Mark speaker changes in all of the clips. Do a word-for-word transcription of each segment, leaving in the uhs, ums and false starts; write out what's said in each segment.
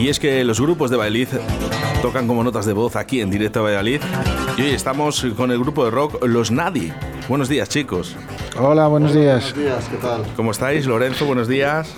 Speaker 1: Y es que los grupos de Valladolid tocan como notas de voz aquí en directo a Valladolid. Y hoy estamos con el grupo de rock Los Nadie. Buenos días, chicos.
Speaker 2: Hola, buenos
Speaker 3: Hola,
Speaker 2: días.
Speaker 3: Buenos días, ¿qué tal?
Speaker 1: ¿Cómo estáis? Lorenzo, buenos días.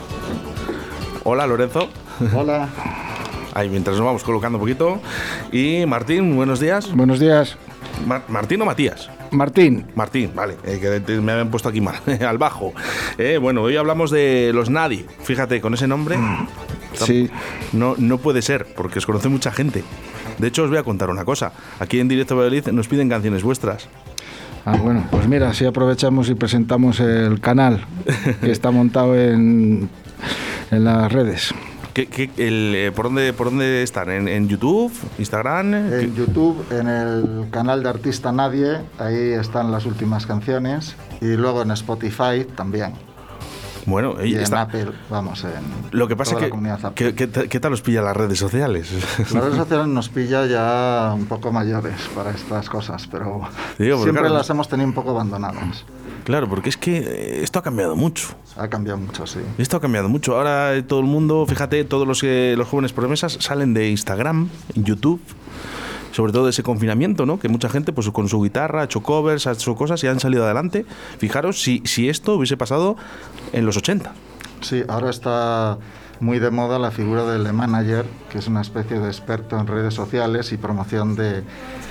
Speaker 1: Hola, Lorenzo.
Speaker 3: Hola.
Speaker 1: Ahí, mientras nos vamos colocando un poquito. Y Martín, buenos días.
Speaker 2: Buenos días.
Speaker 1: Ma- ¿Martín o Matías?
Speaker 2: Martín.
Speaker 1: Martín, vale, eh, que te- me habían puesto aquí mal, al bajo. Eh, bueno, hoy hablamos de Los Nadie. Fíjate, con ese nombre
Speaker 2: Sí.
Speaker 1: no, no puede ser, porque os conoce mucha gente. De hecho, os voy a contar una cosa. Aquí en Directo a Valladolid nos piden canciones vuestras.
Speaker 2: Ah, bueno, pues mira, así aprovechamos y presentamos el canal que está montado en, en las redes.
Speaker 1: ¿Qué, qué- el, eh, ¿por, dónde, ¿Por dónde están? ¿En, en YouTube? ¿Instagram?
Speaker 3: En YouTube, en el canal de Artista Nadie, ahí están las últimas canciones. Y luego en Spotify también.
Speaker 1: Bueno,
Speaker 3: Y
Speaker 1: ahí
Speaker 3: en
Speaker 1: está.
Speaker 3: Apple, vamos, en
Speaker 1: Lo que pasa
Speaker 3: toda
Speaker 1: es
Speaker 3: la comunidad
Speaker 1: que,
Speaker 3: Apple.
Speaker 1: que- ¿qué, qué tal os pilla las redes sociales?
Speaker 3: Las redes sociales nos pilla ya un poco mayores para estas cosas, pero
Speaker 1: Digo, porque
Speaker 3: siempre
Speaker 1: claro,
Speaker 3: las hemos tenido un poco abandonadas.
Speaker 1: Claro, porque es que eh, esto ha cambiado mucho.
Speaker 3: Ha cambiado mucho, sí.
Speaker 1: Esto ha cambiado mucho. Ahora eh, todo el mundo, fíjate, todos los, eh, los jóvenes promesas salen de Instagram, YouTube, sobre todo de ese confinamiento, ¿no? Que mucha gente, pues con su guitarra, ha hecho covers, ha hecho cosas y han salido adelante. Fijaros si, si esto hubiese pasado en los ochenta.
Speaker 3: Sí, ahora está muy de moda la figura del manager, que es una especie de experto en redes sociales y promoción de,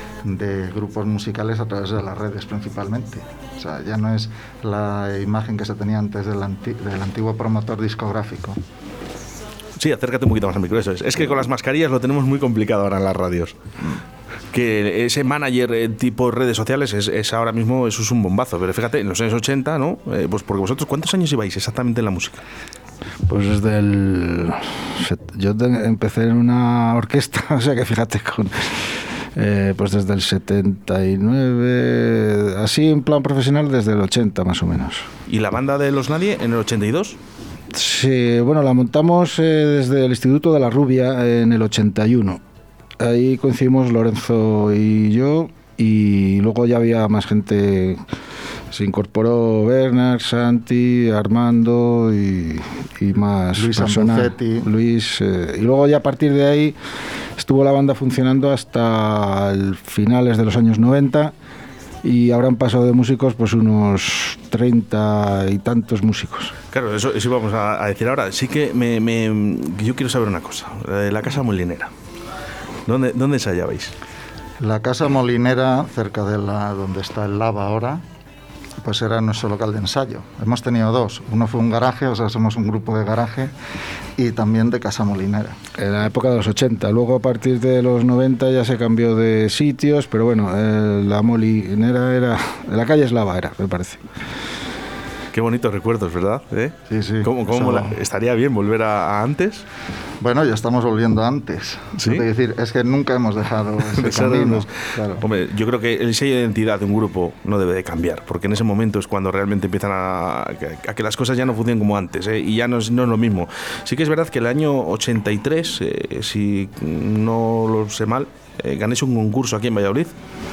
Speaker 3: de grupos musicales a través de las redes principalmente. O sea, ya no es la imagen que se tenía antes del, anti- del antiguo promotor discográfico.
Speaker 1: Sí, acércate un poquito más al micro, eso es. Es que con las mascarillas lo tenemos muy complicado ahora en las radios. Que ese manager eh, tipo redes sociales es, es ahora mismo, eso es un bombazo. Pero fíjate, en los años ochenta, ¿no? Eh, pues porque vosotros, ¿cuántos años lleváis exactamente en la música?
Speaker 2: Pues desde el... Yo de- empecé en una orquesta, o sea que fíjate, con... eh, pues desde el setenta y nueve, así en plan profesional desde el ochenta más o menos.
Speaker 1: ¿Y la banda de Los Nadie en el ochenta y dos?
Speaker 2: Sí, bueno, la montamos eh, desde el Instituto de la Rubia en el ochenta y uno. Ahí coincidimos Lorenzo y yo, y luego ya había más gente. Se incorporó Bernard, Santi, Armando y, y más
Speaker 3: Luis
Speaker 2: personal.
Speaker 3: Ambucetti.
Speaker 2: Luis, eh, y luego ya a partir de ahí estuvo la banda funcionando hasta el finales de los años noventa, y habrán pasado de músicos pues unos treinta y tantos músicos.
Speaker 1: Claro, eso, eso íbamos a, a decir ahora. Sí que me, me- yo quiero saber una cosa. La, la Casa Molinera. ¿Dónde, dónde ensayabais?
Speaker 3: La Casa Molinera, cerca de la donde está el Lava ahora, pues era nuestro local de ensayo. Hemos tenido dos. Uno fue un garaje, o sea, somos un grupo de garaje, y también de Casa Molinera.
Speaker 2: En la época de los ochenta, luego a partir de los noventa ya se cambió de sitios, pero bueno, eh, la Molinera era, la calle Eslava era, me parece.
Speaker 1: Qué bonitos recuerdos, ¿verdad? ¿Eh?
Speaker 3: Sí, sí.
Speaker 1: ¿Cómo, cómo
Speaker 3: Eso-
Speaker 1: mola? ¿Estaría bien volver a, a antes?
Speaker 3: Bueno, ya estamos volviendo antes.
Speaker 1: ¿Sí?
Speaker 3: Es decir, es que nunca hemos dejado ese
Speaker 1: De ser
Speaker 3: camino.
Speaker 1: unos-
Speaker 3: Claro.
Speaker 1: Hombre, yo creo que el sello de identidad de un grupo no debe de cambiar, porque en ese momento es cuando realmente empiezan a, a que las cosas ya no funcionen como antes, ¿eh? Y ya no es, no es lo mismo. Sí que es verdad que el año ochenta y tres, eh, si no lo sé mal, eh, ganéis un concurso aquí en Valladolid.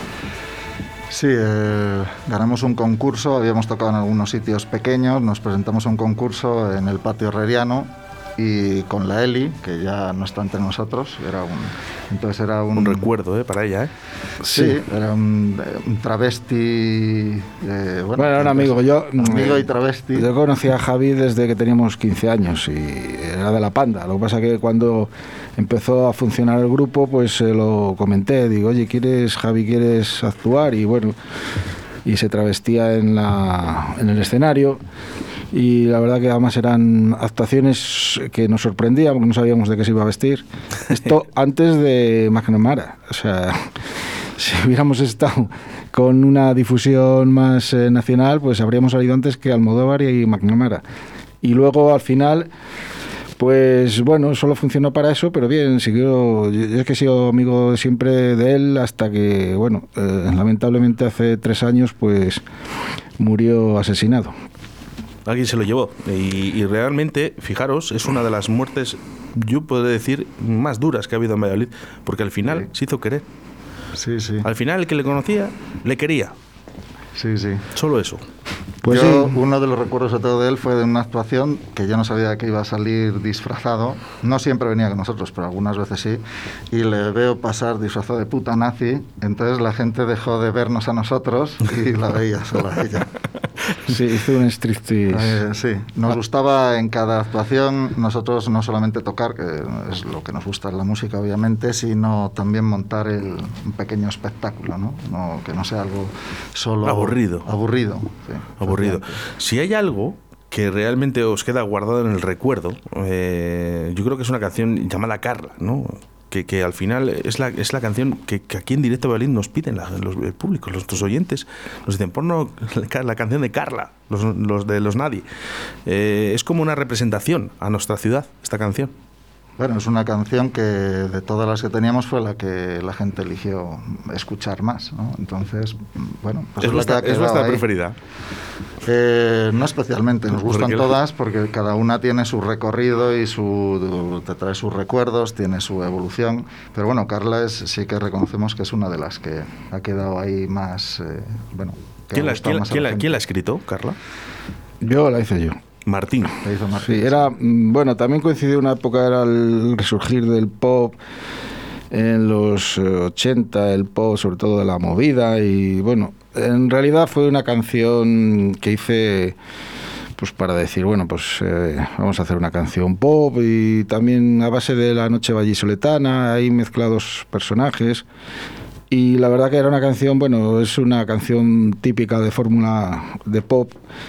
Speaker 3: Sí, eh, ganamos un concurso, habíamos tocado en algunos sitios pequeños, nos presentamos a un concurso en el patio herreriano y con la Eli, que ya no está entre nosotros, era un, entonces era un,
Speaker 1: Un recuerdo, ¿eh? Para ella, ¿eh?
Speaker 3: Sí, era un, un travesti. eh, bueno,
Speaker 2: Bueno, era un amigo, yo...
Speaker 3: Amigo y travesti.
Speaker 2: Yo conocí a Javi desde que teníamos quince años y era de la Panda. Lo que pasa que cuando empezó a funcionar el grupo, pues se lo comenté. Digo, oye, ¿quieres, Javi, quieres actuar? Y bueno, y se travestía en, la, en el escenario. Y la verdad que además eran actuaciones que nos sorprendían porque no sabíamos de qué se iba a vestir. Esto antes de McNamara. O sea, si hubiéramos estado con una difusión más eh, nacional, pues habríamos salido antes que Almodóvar y McNamara. Y luego al final, pues bueno, solo funcionó para eso, pero bien, siguió. Yo, yo es que he sido amigo siempre de él hasta que, bueno, eh, lamentablemente hace tres años, pues murió asesinado.
Speaker 1: Alguien se lo llevó. Y, y realmente, fijaros, es una de las muertes, yo puedo decir, más duras que ha habido en Valladolid, porque al final
Speaker 3: Sí.
Speaker 1: se hizo querer.
Speaker 3: Sí, sí.
Speaker 1: Al final el que le conocía, le quería.
Speaker 3: Sí, sí.
Speaker 1: Solo eso.
Speaker 2: Pues
Speaker 3: yo,
Speaker 2: sí.
Speaker 3: Uno de los recuerdos de todo de él fue de una actuación que yo no sabía que iba a salir disfrazado. No siempre venía con nosotros, pero algunas veces sí. Y le veo pasar disfrazado de puta nazi. Entonces la gente dejó de vernos a nosotros y la veía solo a ella.
Speaker 2: Sí, hizo un striptease.
Speaker 3: Eh, sí, nos
Speaker 2: Ah.
Speaker 3: gustaba en cada actuación nosotros no solamente tocar, que es lo que nos gusta en la música obviamente, sino también montar el, un pequeño espectáculo, ¿no? No, que no sea algo solo...
Speaker 1: Aburrido.
Speaker 3: Aburrido, sí.
Speaker 1: Aburrido. Si hay algo que realmente os queda guardado en el recuerdo, eh, yo creo que es una canción llamada Carla, ¿no? Que, que al final es la, es la canción que, que aquí en Directo Berlín nos piden la, los, el público, nuestros oyentes. Nos dicen, ponnos la, la canción de Carla, los, los de Los Nadie. Eh, es como una representación a nuestra ciudad, esta canción.
Speaker 3: Bueno, es una canción que de todas las que teníamos fue la que la gente eligió escuchar más, ¿no? Entonces, bueno, pues
Speaker 1: es,
Speaker 3: es,
Speaker 1: vuestra,
Speaker 3: la que ha
Speaker 1: ¿es vuestra
Speaker 3: ahí.
Speaker 1: preferida?
Speaker 3: Eh, no especialmente, nos gustan
Speaker 1: Porque
Speaker 3: todas porque cada una tiene su recorrido y su te trae sus recuerdos, tiene su evolución, pero bueno, Carla es, sí que reconocemos que es una de las que ha quedado ahí más, eh, bueno, que
Speaker 1: ¿Quién
Speaker 3: ha
Speaker 1: la,
Speaker 3: gustado
Speaker 1: quién,
Speaker 3: más a
Speaker 1: quién
Speaker 3: la
Speaker 1: la-
Speaker 3: gente.
Speaker 1: quién la ha escrito, Carla?
Speaker 2: Yo la hice yo.
Speaker 1: Martín.
Speaker 3: Le hizo Martín,
Speaker 2: Sí,
Speaker 3: sí.
Speaker 2: era, mm, bueno, también coincidió una época, era el resurgir del pop en los eh, ochenta, el pop sobre todo de la movida, y bueno, en realidad fue una canción que hice pues para decir, bueno, pues eh, vamos a hacer una canción pop y también a base de la noche vallisoletana, hay mezclados personajes. Y la verdad que era una canción, bueno, es una canción típica de fórmula de pop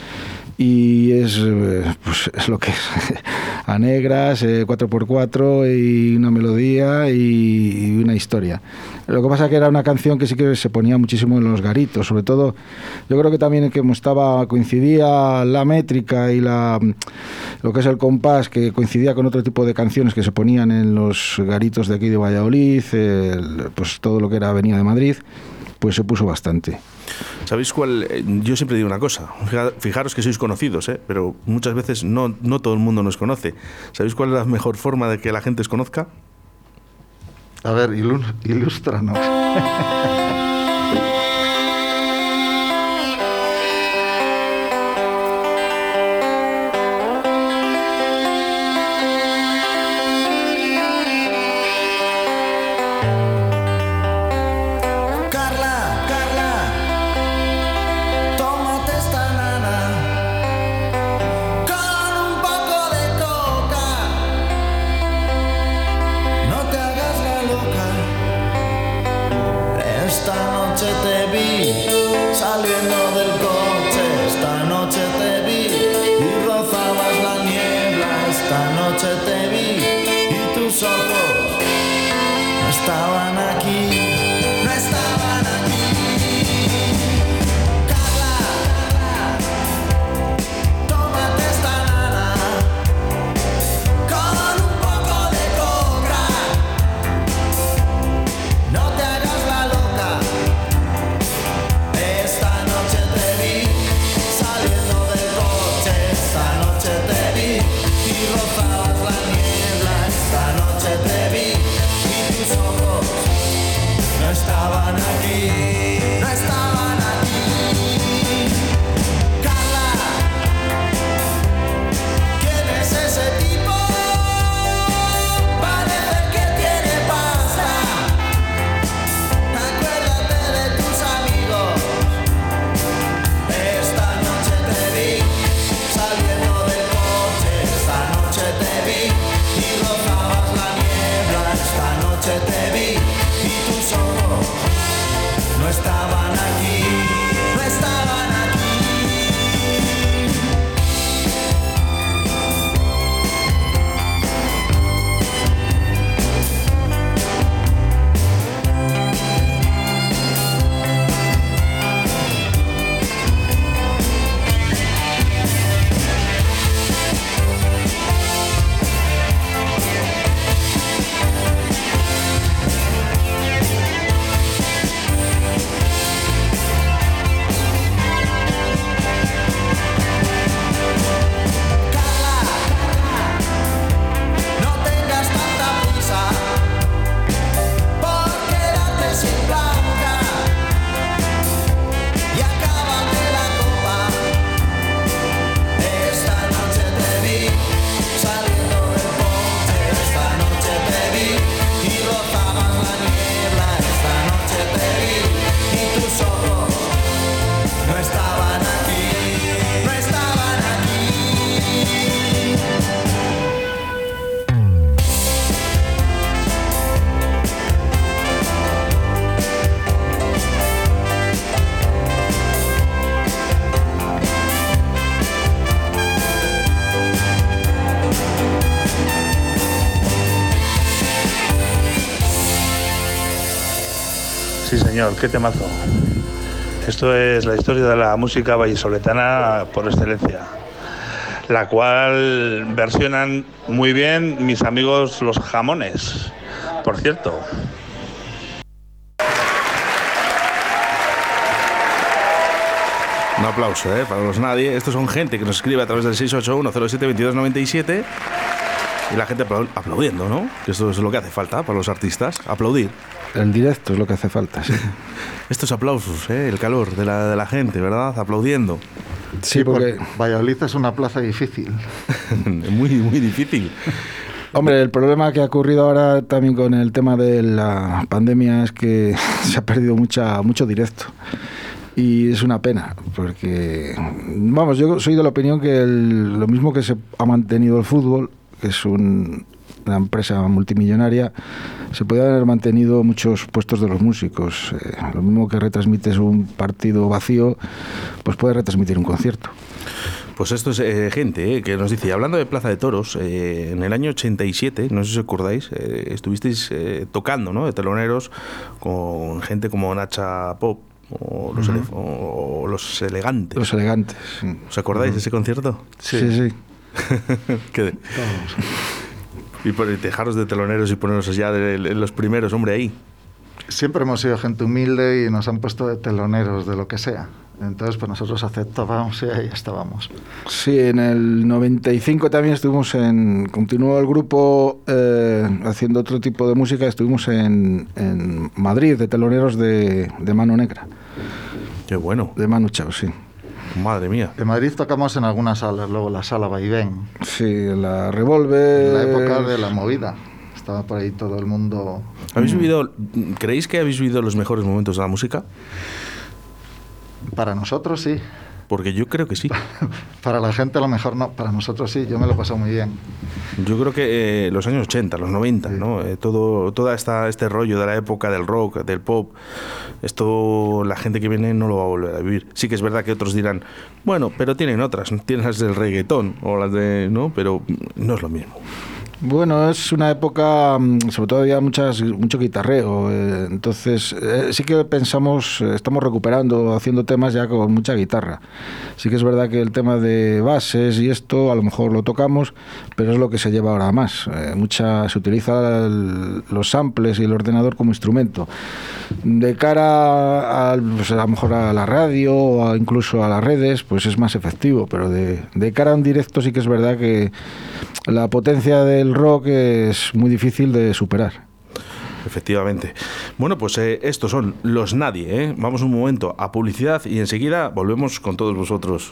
Speaker 2: y es, eh, pues, es lo que es, a negras, eh, cuatro por cuatro y una melodía y, y una historia. Lo que pasa que era una canción que sí que se ponía muchísimo en los garitos, sobre todo yo creo que también que como estaba, coincidía la métrica y la lo que es el compás, que coincidía con otro tipo de canciones que se ponían en los garitos de aquí de Valladolid, el, pues todo lo que era Avenida de Madrid, pues se puso bastante.
Speaker 1: ¿Sabéis cuál? Yo siempre digo una cosa, fijaros que sois conocidos, ¿eh? Pero muchas veces no, no todo el mundo nos conoce. ¿Sabéis cuál es la mejor forma de que la gente os conozca?
Speaker 3: A ver, ilú- ilústranos.
Speaker 4: Carla, Carla, tómate esta nana con un poco de coca. No te hagas la loca. Esta noche te vi saliendo del coche. Esta noche te vi y rozabas la niebla. Esta noche te vi y tus ojos no estaban aquí. No estaban aquí. Carla, tómate esta nana con un poco de coca. No te hagas la loca. Esta noche te vi saliendo del coche. Esta noche te vi y rozabas la niebla. Esta noche te
Speaker 5: Sí, señor, qué temazo. Esto es la historia de la música vallisoletana por excelencia, la cual versionan muy bien mis amigos los Jamones, por cierto.
Speaker 1: Un aplauso, ¿eh? Para los nadie. Estos son gente que nos escribe a través del seis ocho uno cero siete dos dos nueve siete y la gente apla- aplaudiendo, ¿no? Que esto es lo que hace falta para los artistas, aplaudir.
Speaker 2: El directo es lo que hace falta, sí.
Speaker 1: Estos aplausos, ¿eh? El calor de la, de la gente, ¿verdad? Aplaudiendo.
Speaker 2: Sí, porque...
Speaker 3: Valladolid es una plaza difícil.
Speaker 1: muy, muy difícil.
Speaker 2: Hombre, el problema que ha ocurrido ahora también con el tema de la pandemia es que se ha perdido mucha, mucho directo. Y es una pena, porque, vamos, yo soy de la opinión que el, lo mismo que se ha mantenido el fútbol, que es un, una empresa multimillonaria, se puede haber mantenido muchos puestos de los músicos. Eh, lo mismo que retransmites un partido vacío, pues puedes retransmitir un concierto.
Speaker 1: Pues esto es eh, gente eh, que nos dice, hablando de Plaza de Toros, eh, en el año ochenta y siete, no sé si os acordáis, eh, estuvisteis eh, tocando, ¿no?, de teloneros con gente como Nacha Pop, o los, uh-huh. ele- o los elegantes.
Speaker 2: Los elegantes. Sí.
Speaker 1: ¿Os acordáis uh-huh. de ese concierto?
Speaker 2: Sí, sí. sí.
Speaker 1: ¿Qué? Y por dejaros de teloneros y ponernos ya de, de los primeros, hombre, ahí.
Speaker 3: Siempre hemos sido gente humilde y nos han puesto de teloneros de lo que sea. Entonces, pues nosotros aceptábamos y ahí estábamos.
Speaker 2: Sí, en el noventa y cinco también estuvimos en... Continuó el grupo eh, haciendo otro tipo de música. Estuvimos en, en Madrid, de teloneros de, de Mano Negra.
Speaker 1: Qué bueno.
Speaker 2: De Manu Chao, sí.
Speaker 1: Madre mía.
Speaker 3: En Madrid tocamos en algunas salas, luego la sala Vaivén.
Speaker 2: Sí, la Revolver...
Speaker 3: En la época de la movida. Estaba por ahí todo el mundo...
Speaker 1: ¿Habéis vivido, ¿Creéis que habéis vivido los mejores momentos de la música?
Speaker 3: Para nosotros sí.
Speaker 1: Porque yo creo que sí.
Speaker 3: Para la gente a lo mejor no, para nosotros sí, yo me lo he pasado muy bien.
Speaker 1: Yo creo que eh, los años ochenta, los noventa,
Speaker 3: sí.
Speaker 1: ¿no? Eh, todo toda esta, este rollo de la época del rock, del pop, esto la gente que viene no lo va a volver a vivir. Sí que es verdad que otros dirán, bueno, pero tienen otras, tienen las del reggaetón o las de... ¿no? Pero no es lo mismo.
Speaker 2: Bueno, es una época, sobre todo había muchas, mucho guitarreo, eh, entonces eh, sí que pensamos, eh, estamos recuperando, haciendo temas ya con mucha guitarra. Sí que es verdad que el tema de bases y esto a lo mejor lo tocamos, pero es lo que se lleva ahora más. Eh, mucha, se utiliza el, los samples y el ordenador como instrumento. De cara a, pues a lo mejor a la radio o a, incluso a las redes, pues es más efectivo, pero de, de cara a un directo sí que es verdad que la potencia del rock es muy difícil de superar.
Speaker 1: Efectivamente. Bueno, pues eh, estos son los Nadie, ¿eh? Vamos un momento a publicidad y enseguida volvemos con todos vosotros.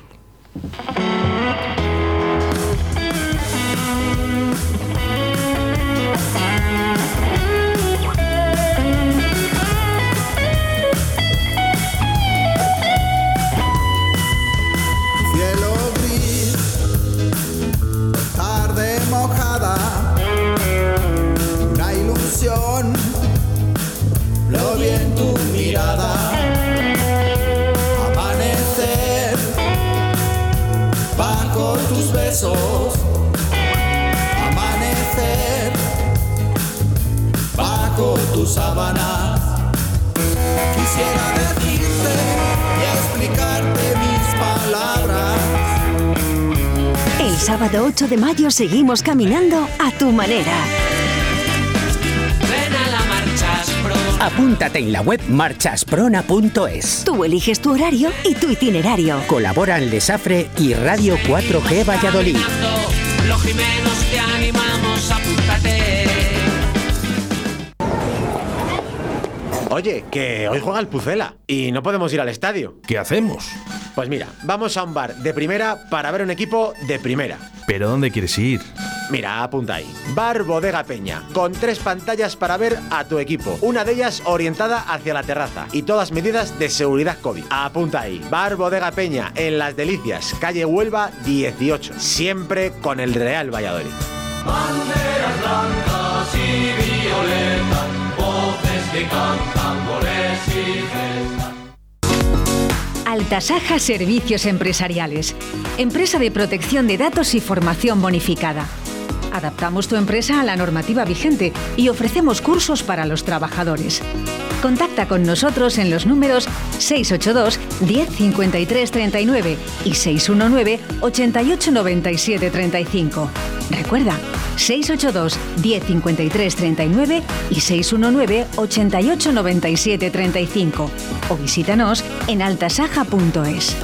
Speaker 4: Lo vi en tu mirada, amanecer bajo tus besos, amanecer bajo tus sábanas. Quisiera decirte y explicarte mis palabras.
Speaker 6: El sábado ocho de mayo seguimos caminando a tu manera.
Speaker 7: Apúntate en la web marchasprona punto es.
Speaker 6: Tú eliges tu horario y tu itinerario.
Speaker 7: Colaboran Lesafre y Radio cuatro G Valladolid.
Speaker 8: Los Jimenos te animamos, apúntate.
Speaker 9: Oye, que hoy juega el Pucela y no podemos ir al estadio.
Speaker 1: ¿Qué hacemos?
Speaker 9: Pues mira, vamos a un bar de primera para ver un equipo de primera.
Speaker 1: ¿Pero dónde quieres ir?
Speaker 9: Mira, apunta ahí. Bar Bodega Peña, con tres pantallas para ver a tu equipo. Una de ellas orientada hacia la terraza y todas medidas de seguridad COVID. Apunta ahí. Bar Bodega Peña, en Las Delicias, calle Huelva dieciocho. Siempre con el Real Valladolid.
Speaker 4: Banderas blancas y violetas, voces que cantan goles y gestas.
Speaker 10: Altasaja Servicios Empresariales. Empresa de protección de datos y formación bonificada. Adaptamos tu empresa a la normativa vigente y ofrecemos cursos para los trabajadores. Contacta con nosotros en los números seis ocho dos, diez, cincuenta y tres, treinta y nueve y seis uno nueve, ochenta y ocho, noventa y siete, treinta y cinco. Recuerda, seis ocho dos, diez, cincuenta y tres, treinta y nueve y seis uno nueve, ochenta y ocho, noventa y siete, treinta y cinco. O visítanos en altasaja punto es.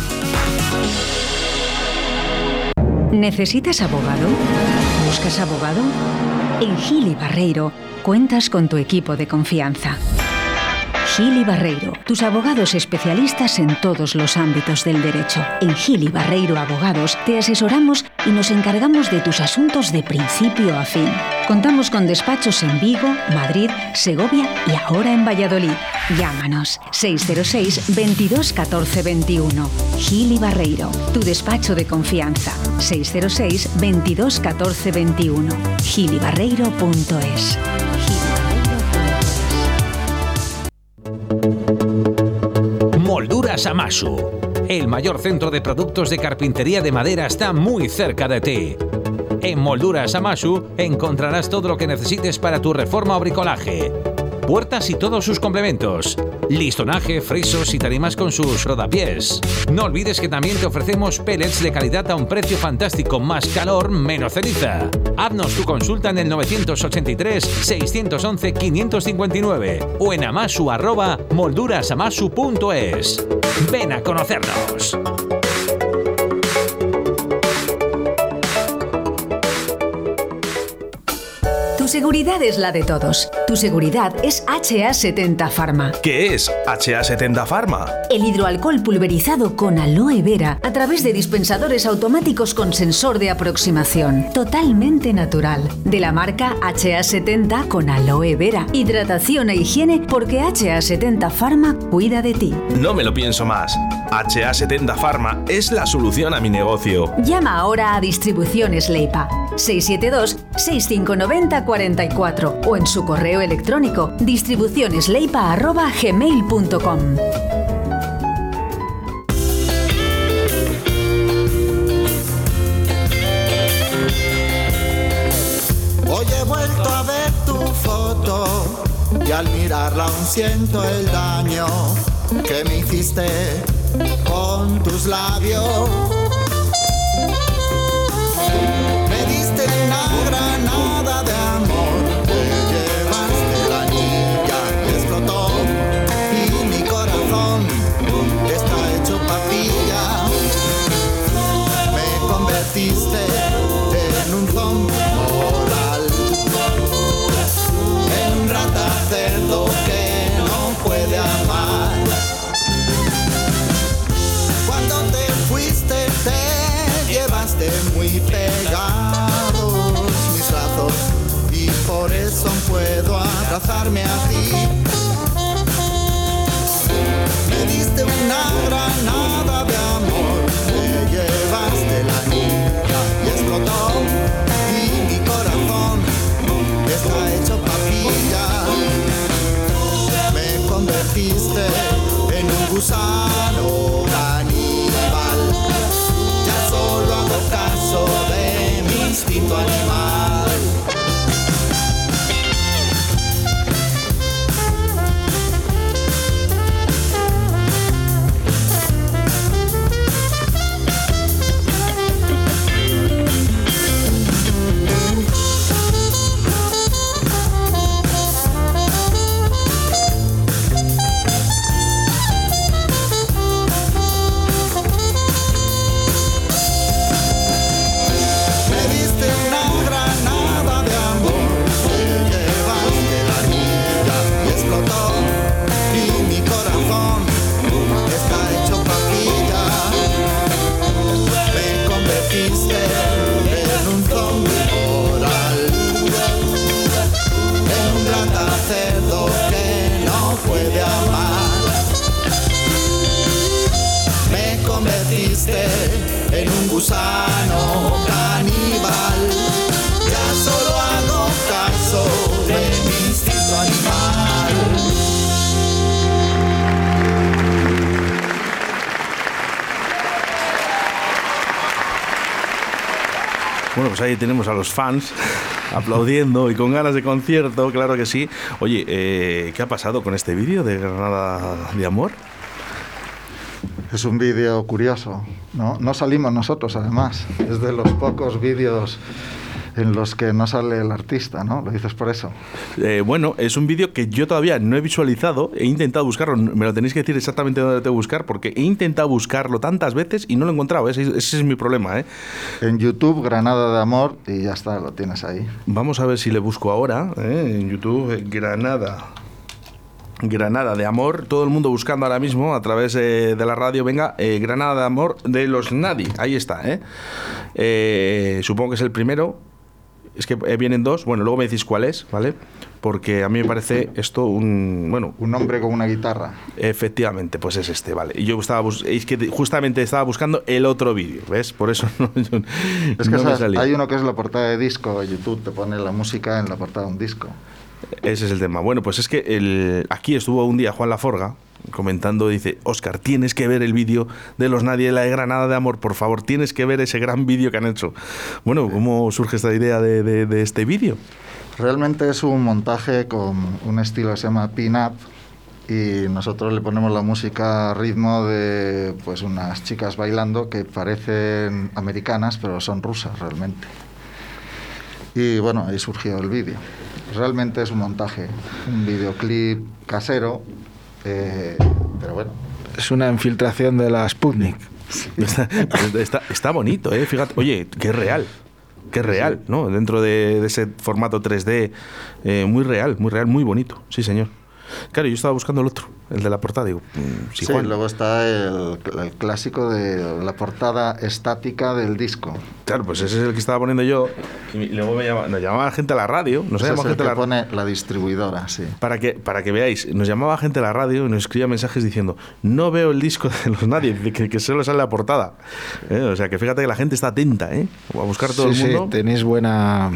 Speaker 10: ¿Necesitas abogado? ¿Buscas abogado? En Gil y Barreiro cuentas con tu equipo de confianza. Gil y Barreiro, tus abogados especialistas en todos los ámbitos del derecho. En Gil y Barreiro Abogados te asesoramos y nos encargamos de tus asuntos de principio a fin. Contamos con despachos en Vigo, Madrid, Segovia y ahora en Valladolid. Llámanos seis cero seis, veintidós, catorce, veintiuno. Gil y Barreiro, tu despacho de confianza. seis cero seis, veintidós, catorce, veintiuno. gil y barreiro punto es.
Speaker 11: Molduras Amasu. El mayor centro de productos de carpintería de madera está muy cerca de ti. En Molduras Amasu encontrarás todo lo que necesites para tu reforma o bricolaje. Puertas y todos sus complementos. Listonaje, frisos y tarimas con sus rodapiés. No olvides que también te ofrecemos pellets de calidad a un precio fantástico. Más calor, menos ceniza. Haznos tu consulta en el novecientos ochenta y tres, seiscientos once, quinientos cincuenta y nueve o en amasu arroba moldurasamasu punto es. Ven a conocernos.
Speaker 10: Tu seguridad es la de todos. Tu seguridad es H A setenta Pharma.
Speaker 1: ¿Qué es H A setenta Pharma?
Speaker 10: El hidroalcohol pulverizado con aloe vera a través de dispensadores automáticos con sensor de aproximación. Totalmente natural. De la marca H A setenta con aloe vera. Hidratación e higiene porque H A setenta Pharma cuida de ti.
Speaker 1: No me lo pienso más. H A setenta Pharma es la solución a mi negocio.
Speaker 10: Llama ahora a Distribuciones Leipa. seis siete dos, seis cinco nueve cero, cuatro cuatro o en su correo electrónico distribucionesleipa arroba gmail punto com.
Speaker 4: Hoy he vuelto a ver tu foto y al mirarla aún siento el daño que me hiciste con tus labios. Me diste una granada de amor, te llevaste la anilla y explotó y mi corazón está hecho papilla. Me convertiste en un zombie moral, en un rata cerdo que no puede amar. Cuando te fuiste te llevaste muy pegados mis brazos y por eso puedo abrazarme a ti. Me diste una granada de amor, me llevaste la anilla y explotó y mi corazón está hecho papilla. Me convertiste en un gusano caníbal, ya solo hago caso de mi instinto animal. En un zombie moral, en un rata cerdo que no puede amar. Me convertiste en un gusano caníbal, ya solo hago caso de mi instinto animal.
Speaker 1: Bueno, pues ahí tenemos a los fans aplaudiendo y con ganas de concierto, claro que sí. Oye, eh, ¿qué ha pasado con este vídeo de Granada de Amor?
Speaker 3: Es un vídeo curioso, ¿no? No salimos nosotros, además. Es de los pocos vídeos en los que no sale el artista, ¿no? ¿Lo dices por eso?
Speaker 1: Eh, bueno, es un vídeo que yo todavía no he visualizado. He intentado buscarlo. Me lo tenéis que decir exactamente dónde lo tengo que buscar, porque he intentado buscarlo tantas veces y no lo he encontrado. Ese, ese es mi problema, ¿eh?
Speaker 3: En YouTube, Granada de Amor, y ya está, lo tienes ahí.
Speaker 1: Vamos a ver si le busco ahora, ¿eh? En YouTube, eh, Granada... Granada de Amor, todo el mundo buscando ahora mismo a través eh, de la radio, venga, eh, Granada de Amor de los Nadie, ahí está, ¿eh? Eh, supongo que es el primero, es que eh, vienen dos, bueno, luego me decís cuál es, ¿vale? Porque a mí me parece esto un, bueno...
Speaker 3: Un hombre con una guitarra.
Speaker 1: Efectivamente, pues es este, vale. Y yo estaba bus- es que justamente estaba buscando el otro vídeo, ¿ves? Por eso no, yo,
Speaker 3: es que
Speaker 1: no me
Speaker 3: sabes,
Speaker 1: salía.
Speaker 3: hay uno que es la portada de disco, YouTube te pone la música en la portada de un disco.
Speaker 1: Ese es el tema. Bueno, pues es que el, aquí estuvo un día Juan Laforga comentando, dice, Óscar, tienes que ver el vídeo de los Nadie, la de Granada de Amor, por favor, tienes que ver ese gran vídeo que han hecho. Bueno, ¿cómo surge esta idea de, de, de este vídeo?
Speaker 3: Realmente es un montaje con un estilo que se llama pin-up y nosotros le ponemos la música a ritmo de pues unas chicas bailando que parecen americanas, pero son rusas realmente. Y bueno, ahí surgió el vídeo. Realmente es un montaje, un videoclip casero, eh, pero bueno.
Speaker 2: Es una infiltración de la Sputnik.
Speaker 1: Sí. Está, está, está bonito, ¿eh? Fíjate, oye, qué real. Qué real, ¿no? Dentro de, de ese formato tres D, eh, muy real, muy real, muy bonito, sí señor. Claro, yo estaba buscando el otro, el de la portada, digo, sí,
Speaker 3: sí,
Speaker 1: Juan.
Speaker 3: Luego está el, el clásico de la portada estática del disco.
Speaker 1: Claro, pues ese es el que estaba poniendo yo. Y luego me llama, nos llamaba gente a la radio. Nos
Speaker 3: Ese
Speaker 1: llamaba
Speaker 3: es el
Speaker 1: gente
Speaker 3: que
Speaker 1: a la
Speaker 3: pone la distribuidora, sí.
Speaker 1: Para que, para que veáis, nos llamaba gente a la radio y nos escribía mensajes diciendo, no veo el disco de los Nadie, que, que solo sale la portada. ¿Eh? O sea, que fíjate que la gente está atenta, ¿eh? A buscar todo
Speaker 2: sí,
Speaker 1: el mundo.
Speaker 2: Sí, tenéis buena...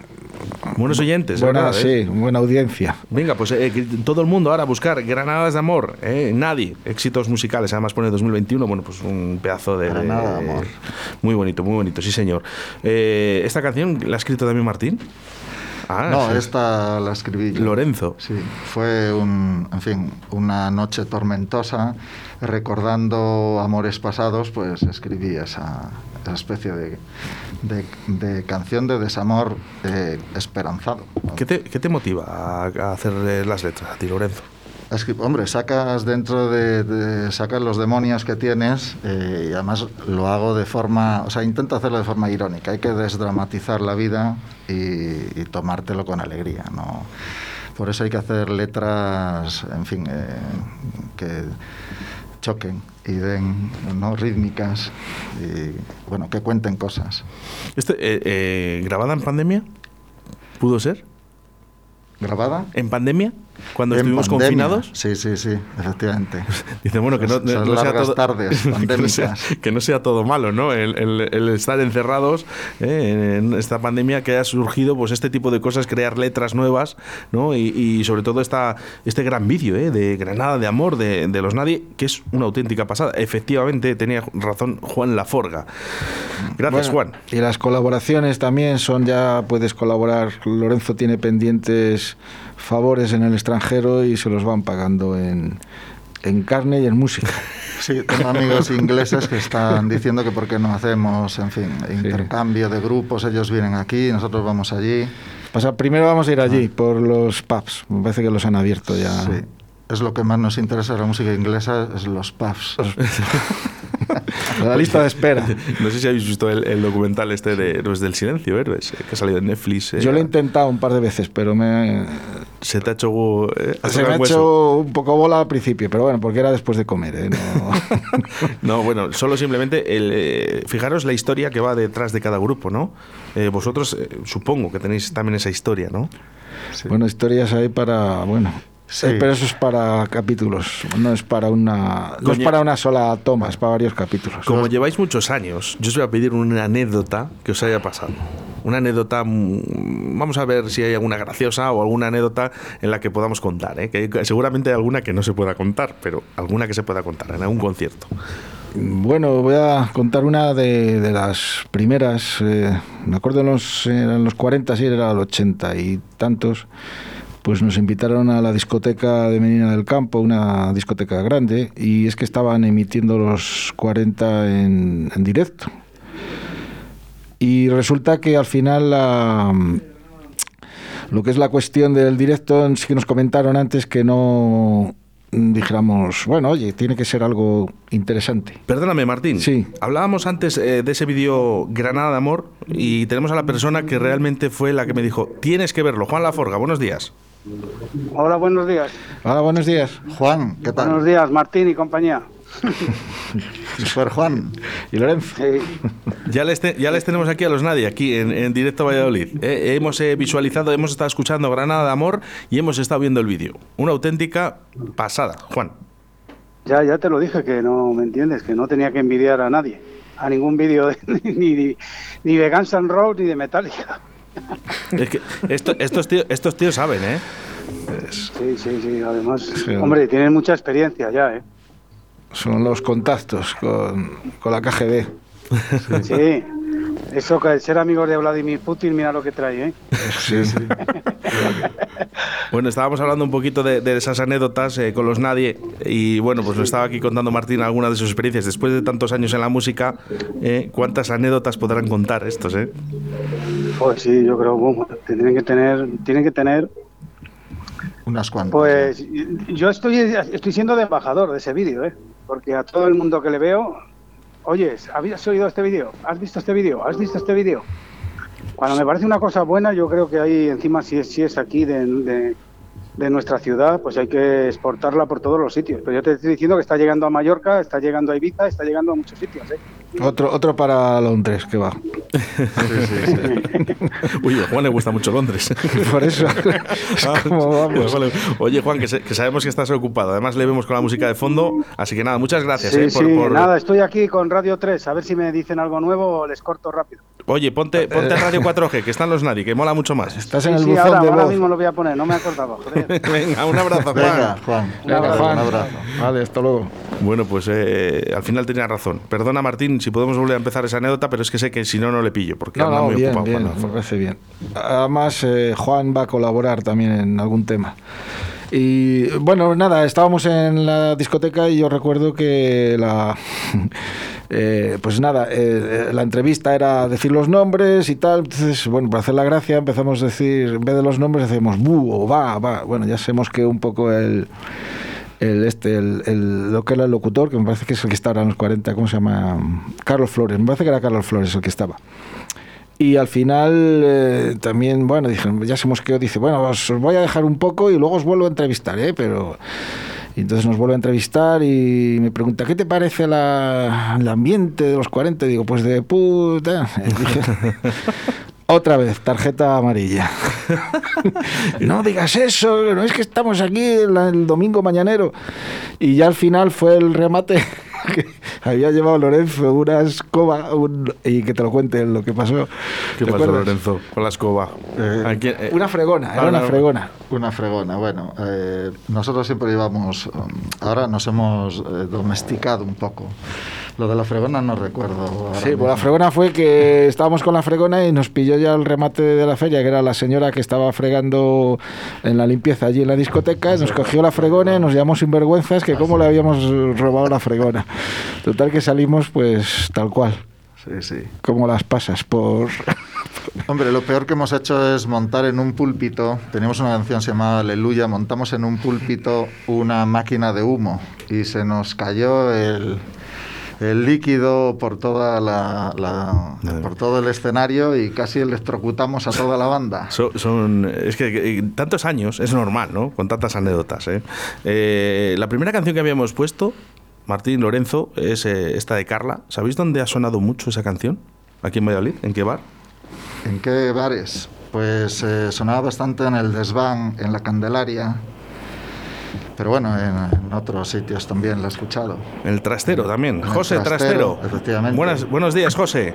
Speaker 1: Buenos oyentes,
Speaker 2: buena,
Speaker 1: ¿verdad?
Speaker 2: Sí,
Speaker 1: ¿eh?
Speaker 2: buena audiencia.
Speaker 1: Venga, pues eh, que todo el mundo ahora a buscar Granadas de Amor, ¿eh? Nadie, éxitos musicales, además pone dos mil veintiuno, bueno, pues un pedazo de...
Speaker 3: Granada de Amor.
Speaker 1: Muy bonito, muy bonito, sí señor. Eh, ¿Esta canción la ha escrito también Martín?
Speaker 3: Ah, no, sí. Esta la escribí yo.
Speaker 1: Lorenzo.
Speaker 3: Sí, fue un, en fin, una noche tormentosa, recordando amores pasados, pues escribí esa, esa especie de, de, de canción de desamor eh, esperanzado, ¿no?
Speaker 1: ¿Qué te, qué te motiva a, a hacer las letras a ti, Lorenzo?
Speaker 3: Es que, hombre, sacas dentro de, de sacas los demonios que tienes eh, y además lo hago de forma, o sea, intento hacerlo de forma irónica. Hay que desdramatizar la vida y, y tomártelo con alegría, ¿no? Por eso hay que hacer letras, en fin, eh, que choquen y den, ¿no?, rítmicas y, bueno, que cuenten cosas.
Speaker 1: Este, eh, eh, ¿grabada en pandemia? ¿Pudo ser?
Speaker 3: ¿Grabada?
Speaker 1: ¿En pandemia? Cuando
Speaker 3: en
Speaker 1: estuvimos
Speaker 3: pandemia.
Speaker 1: confinados.
Speaker 3: Sí, sí, sí, efectivamente.
Speaker 1: Dice, bueno, que no, no, no sea todo,
Speaker 3: tardes
Speaker 1: que, no sea, que no sea todo malo, ¿no? El, el, el estar encerrados, ¿eh? En esta pandemia, que haya surgido pues este tipo de cosas, crear letras nuevas, ¿no? Y, y sobre todo esta, este gran vídeo, ¿eh? De Granada de Amor, de, de los Nadie, que es una auténtica pasada. Efectivamente, tenía razón Juan Laforga. Gracias, bueno, Juan.
Speaker 2: Y las colaboraciones también son, ya puedes colaborar. Lorenzo tiene pendientes favores en el extranjero y se los van pagando en, en carne y en música.
Speaker 3: Sí, tengo amigos ingleses que están diciendo que por qué no hacemos, en fin, intercambio de grupos, ellos vienen aquí, nosotros vamos allí.
Speaker 2: Pasa, primero vamos a ir allí, ah. por los pubs, me parece que los han abierto ya.
Speaker 3: Sí, es lo que más nos interesa de la música inglesa, es los pubs.
Speaker 2: La lista de espera.
Speaker 1: No sé si habéis visto el, el documental este de Los del Silencio, Héroes, que ha salido en Netflix. Eh.
Speaker 2: Yo lo he intentado un par de veces, pero me...
Speaker 1: Se te ha hecho... Eh,
Speaker 2: Se me ha hueso. hecho un poco bola al principio, pero bueno, porque era después de comer, ¿eh? No,
Speaker 1: no bueno, solo simplemente... El, eh, fijaros la historia que va detrás de cada grupo, ¿no? Eh, vosotros eh, supongo que tenéis también esa historia, ¿no?
Speaker 2: Sí. Bueno, historias hay para... bueno... Sí. Eh, pero eso es para capítulos, no es para una no es para una sola toma, es para varios capítulos.
Speaker 1: Como lleváis muchos años, yo os voy a pedir una anécdota que os haya pasado. Una anécdota, vamos a ver si hay alguna graciosa o alguna anécdota en la que podamos contar, ¿eh? Que seguramente hay alguna que no se pueda contar, pero alguna que se pueda contar en algún concierto.
Speaker 2: Bueno, voy a contar una de, de las primeras. Eh, me acuerdo en los, en los cuarenta, sí, era el ochenta y tantos. Pues nos invitaron a la discoteca de Medina del Campo, una discoteca grande, y es que estaban emitiendo los cuarenta en, en directo. Y resulta que al final la, lo que es la cuestión del directo, sí que nos comentaron antes que no dijéramos, bueno, oye, tiene que ser algo interesante.
Speaker 1: Perdóname, Martín.
Speaker 2: Sí.
Speaker 1: Hablábamos antes eh, de ese vídeo Granada de Amor y tenemos a la persona que realmente fue la que me dijo, tienes que verlo. Juan Laforga, buenos días.
Speaker 12: Hola, buenos días.
Speaker 2: Hola, buenos días.
Speaker 3: Juan, ¿qué tal?
Speaker 12: Buenos días, Martín y compañía.
Speaker 3: Super Juan.
Speaker 2: ¿Y Lorenzo?
Speaker 12: Sí.
Speaker 1: Ya les, te, ya les tenemos aquí a los Nadie, aquí en, en directo a Valladolid. Eh, hemos eh, visualizado, hemos estado escuchando Granada de Amor y hemos estado viendo el vídeo. Una auténtica pasada, Juan.
Speaker 12: Ya, ya te lo dije, que no me entiendes, que no tenía que envidiar a nadie, a ningún vídeo de- ni, ni, ni de Guns N' Roses ni de Metallica.
Speaker 1: Es que esto, estos, tíos, estos tíos saben, ¿eh?
Speaker 12: Sí, sí, sí, además,
Speaker 2: Sí.
Speaker 12: hombre, tienen mucha experiencia ya, ¿eh?
Speaker 2: Son los contactos con, con la K G B.
Speaker 12: Sí, eso que ser amigos de Vladimir Putin, mira lo que trae, ¿eh?
Speaker 2: Sí, sí.
Speaker 1: Bueno, estábamos hablando un poquito de, de esas anécdotas eh, con los Nadie y bueno, pues nos estaba aquí contando Martín algunas de sus experiencias. Después de tantos años en la música, eh, ¿cuántas anécdotas podrán contar estos, eh?
Speaker 12: Pues sí, yo creo, bueno, tienen que tener, tienen que tener,
Speaker 3: Unas cuantas.
Speaker 12: pues yo estoy, estoy siendo de embajador de ese vídeo, ¿eh? Porque a todo el mundo que le veo, oye, ¿habías oído este vídeo? ¿Has visto este vídeo? ¿Has visto este vídeo? Cuando me parece una cosa buena, yo creo que ahí encima, si es, si es aquí de, de, de nuestra ciudad, pues hay que exportarla por todos los sitios. Pero yo te estoy diciendo que está llegando a Mallorca, está llegando a Ibiza, está llegando a muchos sitios, ¿eh?
Speaker 2: Otro, otro para Londres, que va.
Speaker 1: Uy, a Juan le gusta mucho Londres.
Speaker 2: Por eso.
Speaker 1: Ah,
Speaker 2: ¿Cómo vamos?
Speaker 1: vale. Oye, Juan, que, se- que sabemos que estás ocupado. Además, le vemos con la música de fondo. Así que nada, muchas gracias.
Speaker 12: Sí,
Speaker 1: eh, por,
Speaker 12: sí,
Speaker 1: por-
Speaker 12: nada, estoy aquí con Radio tres, a ver si me dicen algo nuevo o les corto rápido.
Speaker 1: Oye, ponte, ponte Radio cuatro G, que están los Nadie, que mola mucho más.
Speaker 2: Estás
Speaker 12: Sí,
Speaker 2: en el
Speaker 12: sí,
Speaker 2: buzón
Speaker 12: ahora,
Speaker 2: de
Speaker 12: ahora
Speaker 2: voz.
Speaker 12: mismo lo voy a poner, no me acordaba, joder.
Speaker 1: Venga, un abrazo, Juan.
Speaker 3: Venga, Juan.
Speaker 12: Un abrazo.
Speaker 2: Juan.
Speaker 3: Un abrazo.
Speaker 2: Vale, hasta luego.
Speaker 1: Bueno, pues eh, al final tenía razón. Perdona, Martín, si podemos volver a empezar esa anécdota, pero es que sé que si no, no le pillo, porque
Speaker 2: No,
Speaker 1: anda
Speaker 2: no,
Speaker 1: muy
Speaker 2: bien,
Speaker 1: ocupado.
Speaker 2: bien,
Speaker 1: Juan.
Speaker 2: me parece bien. Además, eh, Juan va a colaborar también en algún tema. Y bueno, nada, estábamos en la discoteca y yo recuerdo que la... eh, pues nada, eh, la entrevista era decir los nombres y tal. Entonces, bueno, para hacer la gracia empezamos a decir, en vez de los nombres decimos bu o va, va. Bueno, ya sabemos que un poco el... el este el, el lo que era el locutor, que me parece que es el que está ahora en los cuarenta, ¿cómo se llama? Carlos Flores, me parece que era Carlos Flores el que estaba. Y al final eh, también, bueno, dije, ya se mosqueó, dice, bueno, os, os voy a dejar un poco y luego os vuelvo a entrevistar, ¿eh? Pero... Y entonces nos vuelve a entrevistar y me pregunta, ¿qué te parece la, el ambiente de los cuarenta? Y digo, pues de puta. Y dije, otra vez, tarjeta amarilla. No digas eso, no es que estamos aquí el, el domingo mañanero. Y ya al final fue el remate que había llevado Lorenzo una escoba un, y que te lo cuente lo que pasó.
Speaker 1: ¿Qué
Speaker 2: ¿Te
Speaker 1: pasó,
Speaker 2: acuerdas?
Speaker 1: Lorenzo, con la escoba?
Speaker 3: Eh,
Speaker 1: ¿A quién- eh?
Speaker 2: Una fregona, era
Speaker 1: Ah,
Speaker 2: una
Speaker 1: no.
Speaker 2: fregona.
Speaker 3: Una fregona, bueno, eh, nosotros siempre llevamos, um, ahora nos hemos eh, domesticado un poco. Lo de la fregona no recuerdo. ahora
Speaker 2: Sí, pues
Speaker 3: mismo.
Speaker 2: la fregona fue que estábamos con la fregona y nos pilló ya el remate de la feria, que era la señora que estaba fregando en la limpieza allí en la discoteca, nos cogió la fregona y nos llamó sinvergüenzas que cómo le habíamos robado la fregona. Total que salimos pues tal cual,
Speaker 3: Sí, sí.
Speaker 2: como las pasas, por...
Speaker 3: Hombre, lo peor que hemos hecho es montar en un púlpito, teníamos una canción que se llamaba Aleluya, montamos en un púlpito una máquina de humo y se nos cayó el, el líquido por toda la, la- por todo el escenario y casi electrocutamos a toda la banda.
Speaker 1: Son, son- es que, que tantos años es normal, ¿no? Con tantas anécdotas, ¿eh? Eh, la primera canción que habíamos puesto, Martín, Lorenzo, es eh, esta de Carla. ¿Sabéis dónde ha sonado mucho esa canción? Aquí en Valladolid, ¿en qué bar?
Speaker 3: ¿En qué bares? Pues eh, sonaba bastante en el Desván, en la Candelaria, pero bueno, en, en otros sitios también lo he escuchado.
Speaker 1: El Trastero también.
Speaker 3: En el
Speaker 1: José
Speaker 3: Trastero,
Speaker 1: Trastero.
Speaker 3: efectivamente.
Speaker 1: Buenas, buenos días, José.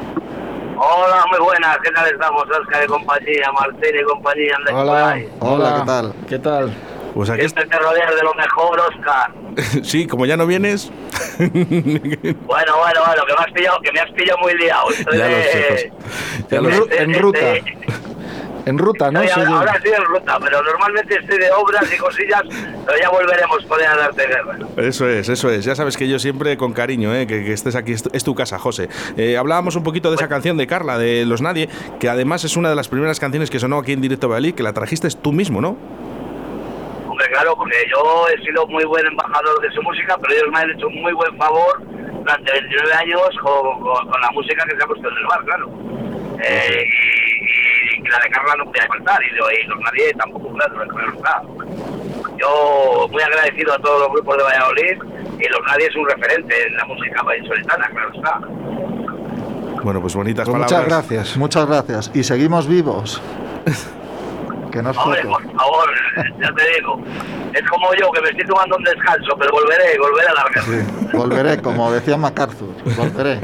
Speaker 13: Hola, muy buenas, ¿qué tal estamos? Óscar y compañía, Martín y compañía, Andrés por
Speaker 2: Hola,
Speaker 13: ahí.
Speaker 3: Hola, ¿qué tal?
Speaker 2: ¿Qué tal?
Speaker 1: Pues aquí
Speaker 13: Siempre te rodeas de lo mejor, Óscar.
Speaker 1: Sí, como ya no vienes.
Speaker 13: Bueno, bueno, bueno, que me has pillado, que me has pillado muy liado. Estoy
Speaker 1: Ya
Speaker 13: de,
Speaker 1: lo sé, José. Ya
Speaker 2: en,
Speaker 1: lo
Speaker 2: ru-
Speaker 1: sé.
Speaker 2: en ruta.
Speaker 13: de-
Speaker 2: En ruta, ¿no?
Speaker 13: estoy
Speaker 2: Sí,
Speaker 13: ahora, ahora estoy en ruta, pero normalmente estoy de obras y cosillas, pero ya volveremos poder a darte guerra.
Speaker 1: Eso es, eso es. Ya sabes que yo siempre con cariño, ¿eh? que, que estés aquí, es tu, es tu casa, José. Eh, hablábamos un poquito de esa canción de Carla, de Los Nadie, que además es una de las primeras canciones que sonó aquí en Directo Valladolid, que la trajiste tú mismo, ¿no?
Speaker 13: Hombre, claro, porque yo he sido muy buen embajador de su música, pero ellos me han hecho un muy buen favor durante veintinueve años con, con, con la música que se ha puesto en el bar, claro. Eh, y, y, y la de Carla no podía faltar, y, y Los Nadie tampoco, claro, claro está. Yo muy agradecido a todos los grupos de Valladolid, y Los Nadie es un referente en la música vallisoletana, claro está.
Speaker 1: Bueno, pues bonitas
Speaker 2: Pues
Speaker 1: palabras.
Speaker 2: muchas gracias.
Speaker 3: Muchas gracias. Y seguimos vivos. Que no es
Speaker 13: Hombre,
Speaker 3: poco.
Speaker 13: por favor, ya te digo, es como yo, que me estoy tomando un descanso, pero volveré, volveré a largar.
Speaker 3: Sí, volveré, como decía MacArthur, volveré.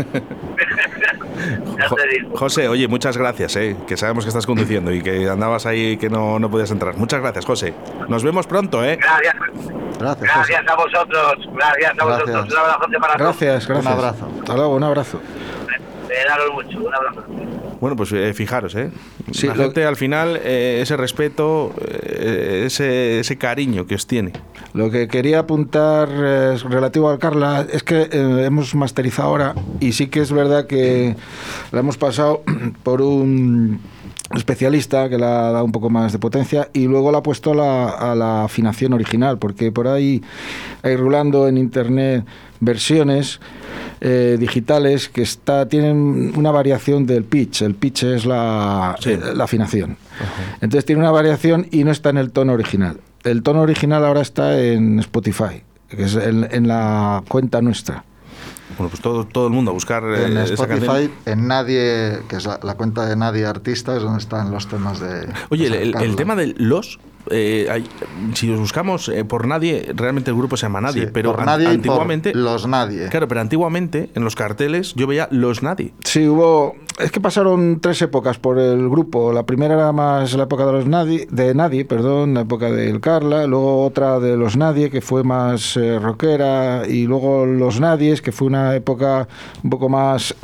Speaker 13: Ya
Speaker 1: Jo-
Speaker 13: te digo.
Speaker 1: José, oye, muchas gracias, ¿eh? que sabemos que estás conduciendo y que andabas ahí y que no, no podías entrar. Muchas gracias, José. Nos vemos pronto, ¿eh?
Speaker 13: Gracias.
Speaker 3: Gracias,
Speaker 13: Gracias a vosotros, gracias a vosotros.
Speaker 3: Gracias.
Speaker 13: Un abrazo para todos.
Speaker 2: Gracias, gracias.
Speaker 3: Un abrazo.
Speaker 2: Hasta luego, un abrazo.
Speaker 13: Esperaros mucho, un abrazo.
Speaker 1: Bueno, pues eh, fijaros, ¿eh?
Speaker 2: Sí,
Speaker 1: la
Speaker 2: lo-
Speaker 1: gente al final, eh, ese respeto, eh, ese, ese cariño que os tiene.
Speaker 2: Lo que quería apuntar eh, relativo al Carla es que eh, hemos masterizado ahora y sí que es verdad que la hemos pasado por un especialista que le ha dado un poco más de potencia y luego la ha puesto a la, a la afinación original, porque por ahí hay rulando en internet versiones eh, digitales que está tienen una variación del pitch. El pitch es la,
Speaker 1: Sí.
Speaker 2: eh, la afinación. Entonces tiene una variación y no está en el tono original. El tono original ahora está en Spotify, que es en, en la cuenta nuestra.
Speaker 1: Bueno, pues todo, todo el mundo a buscar eh,
Speaker 3: En
Speaker 1: esa
Speaker 3: Spotify,
Speaker 1: canción.
Speaker 3: en Nadie, que es la, la cuenta de Nadie Artista, es donde están los temas de...
Speaker 1: Oye, el,
Speaker 3: de
Speaker 1: el- el
Speaker 3: Carla.
Speaker 1: tema de los... eh, hay- si os buscamos eh, por Nadie, realmente el grupo se llama Nadie,
Speaker 3: Sí,
Speaker 1: pero
Speaker 3: por
Speaker 1: an-
Speaker 3: Nadie y por
Speaker 1: antiguamente...
Speaker 3: Los Nadie.
Speaker 1: Claro, pero antiguamente en los carteles yo veía Los Nadie.
Speaker 2: Sí, hubo... Es que pasaron tres épocas por el grupo. La primera era más la época de los Nadie, de Nadie, perdón, la época del Carla, luego otra de los Nadie, que fue más eh, rockera, y luego los Nadies, que fue una época un poco más...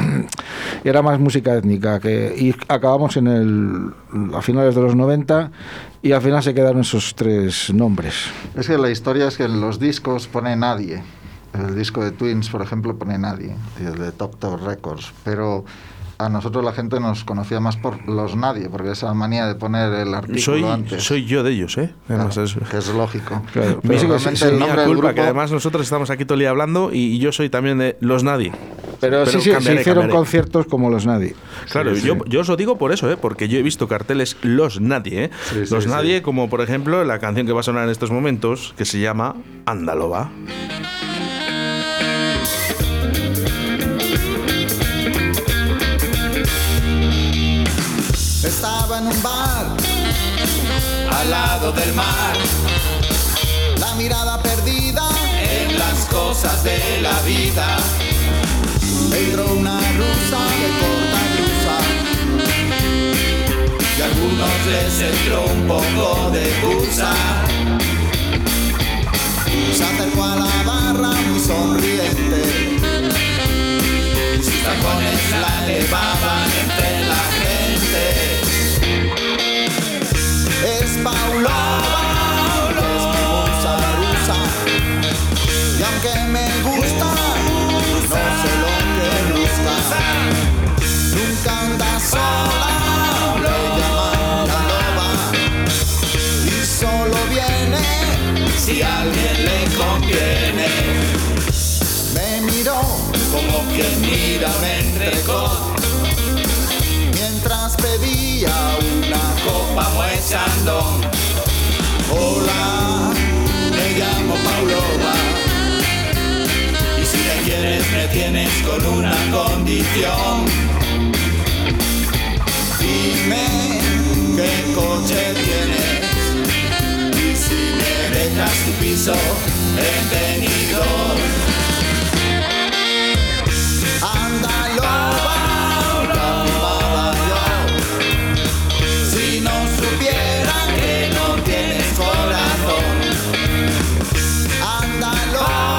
Speaker 2: era más música étnica, que y acabamos en el... a finales de los noventa, y al final se quedaron esos tres nombres.
Speaker 3: Es que la historia es que en los discos pone Nadie. El disco de Twins, por ejemplo, pone Nadie, y el de Top Top Records. Pero a nosotros la gente nos conocía más por Los Nadie, porque esa manía de poner el artículo
Speaker 1: Soy,
Speaker 3: antes.
Speaker 1: soy yo de ellos, ¿eh? Además,
Speaker 3: Claro,
Speaker 1: es-
Speaker 3: que es lógico.
Speaker 2: Claro,
Speaker 3: Pero
Speaker 2: pero sí que
Speaker 3: realmente
Speaker 2: sí,
Speaker 3: el
Speaker 2: sí,
Speaker 3: nombre
Speaker 1: Mía
Speaker 3: del
Speaker 1: culpa,
Speaker 3: grupo...
Speaker 1: que además nosotros estamos aquí todo el día hablando y yo soy también de Los Nadie.
Speaker 2: Pero, sí, sí, se
Speaker 1: cambiaré,
Speaker 2: hicieron
Speaker 1: cambiaré.
Speaker 2: conciertos como los Nadie.
Speaker 1: Claro,
Speaker 3: Sí, sí.
Speaker 1: Yo, yo os lo digo por eso, ¿eh? Porque yo he visto carteles Los Nadie, ¿eh?
Speaker 3: Sí, sí,
Speaker 1: Los
Speaker 3: sí.
Speaker 1: Nadie, como por ejemplo la canción que va a sonar en estos momentos, que se llama Andaloba.
Speaker 4: Estaba en un bar al lado del mar, la mirada perdida en las cosas de la vida. Entró una rusa de corta blusa y a algunos les entró un poco de busa. Se acercó a la barra muy sonriente y sus tacones la elevaban entre la gente. Es Paulova, es mi musa rusa, y aunque me gusta, no sé lo que busca. Nunca anda sola, le llaman la loba, y solo viene si a alguien le conviene. Me miró como quien mira un entrecot, mientras pedía una copa Moet Chandon. Hola, me llamo Paulova, y si me quieres me tienes con una condición. Dime qué coche tienes y si me dejas tu piso en Benidorm. Anda loba, llamaba yo, si no supiera que no tienes corazón. Anda loba.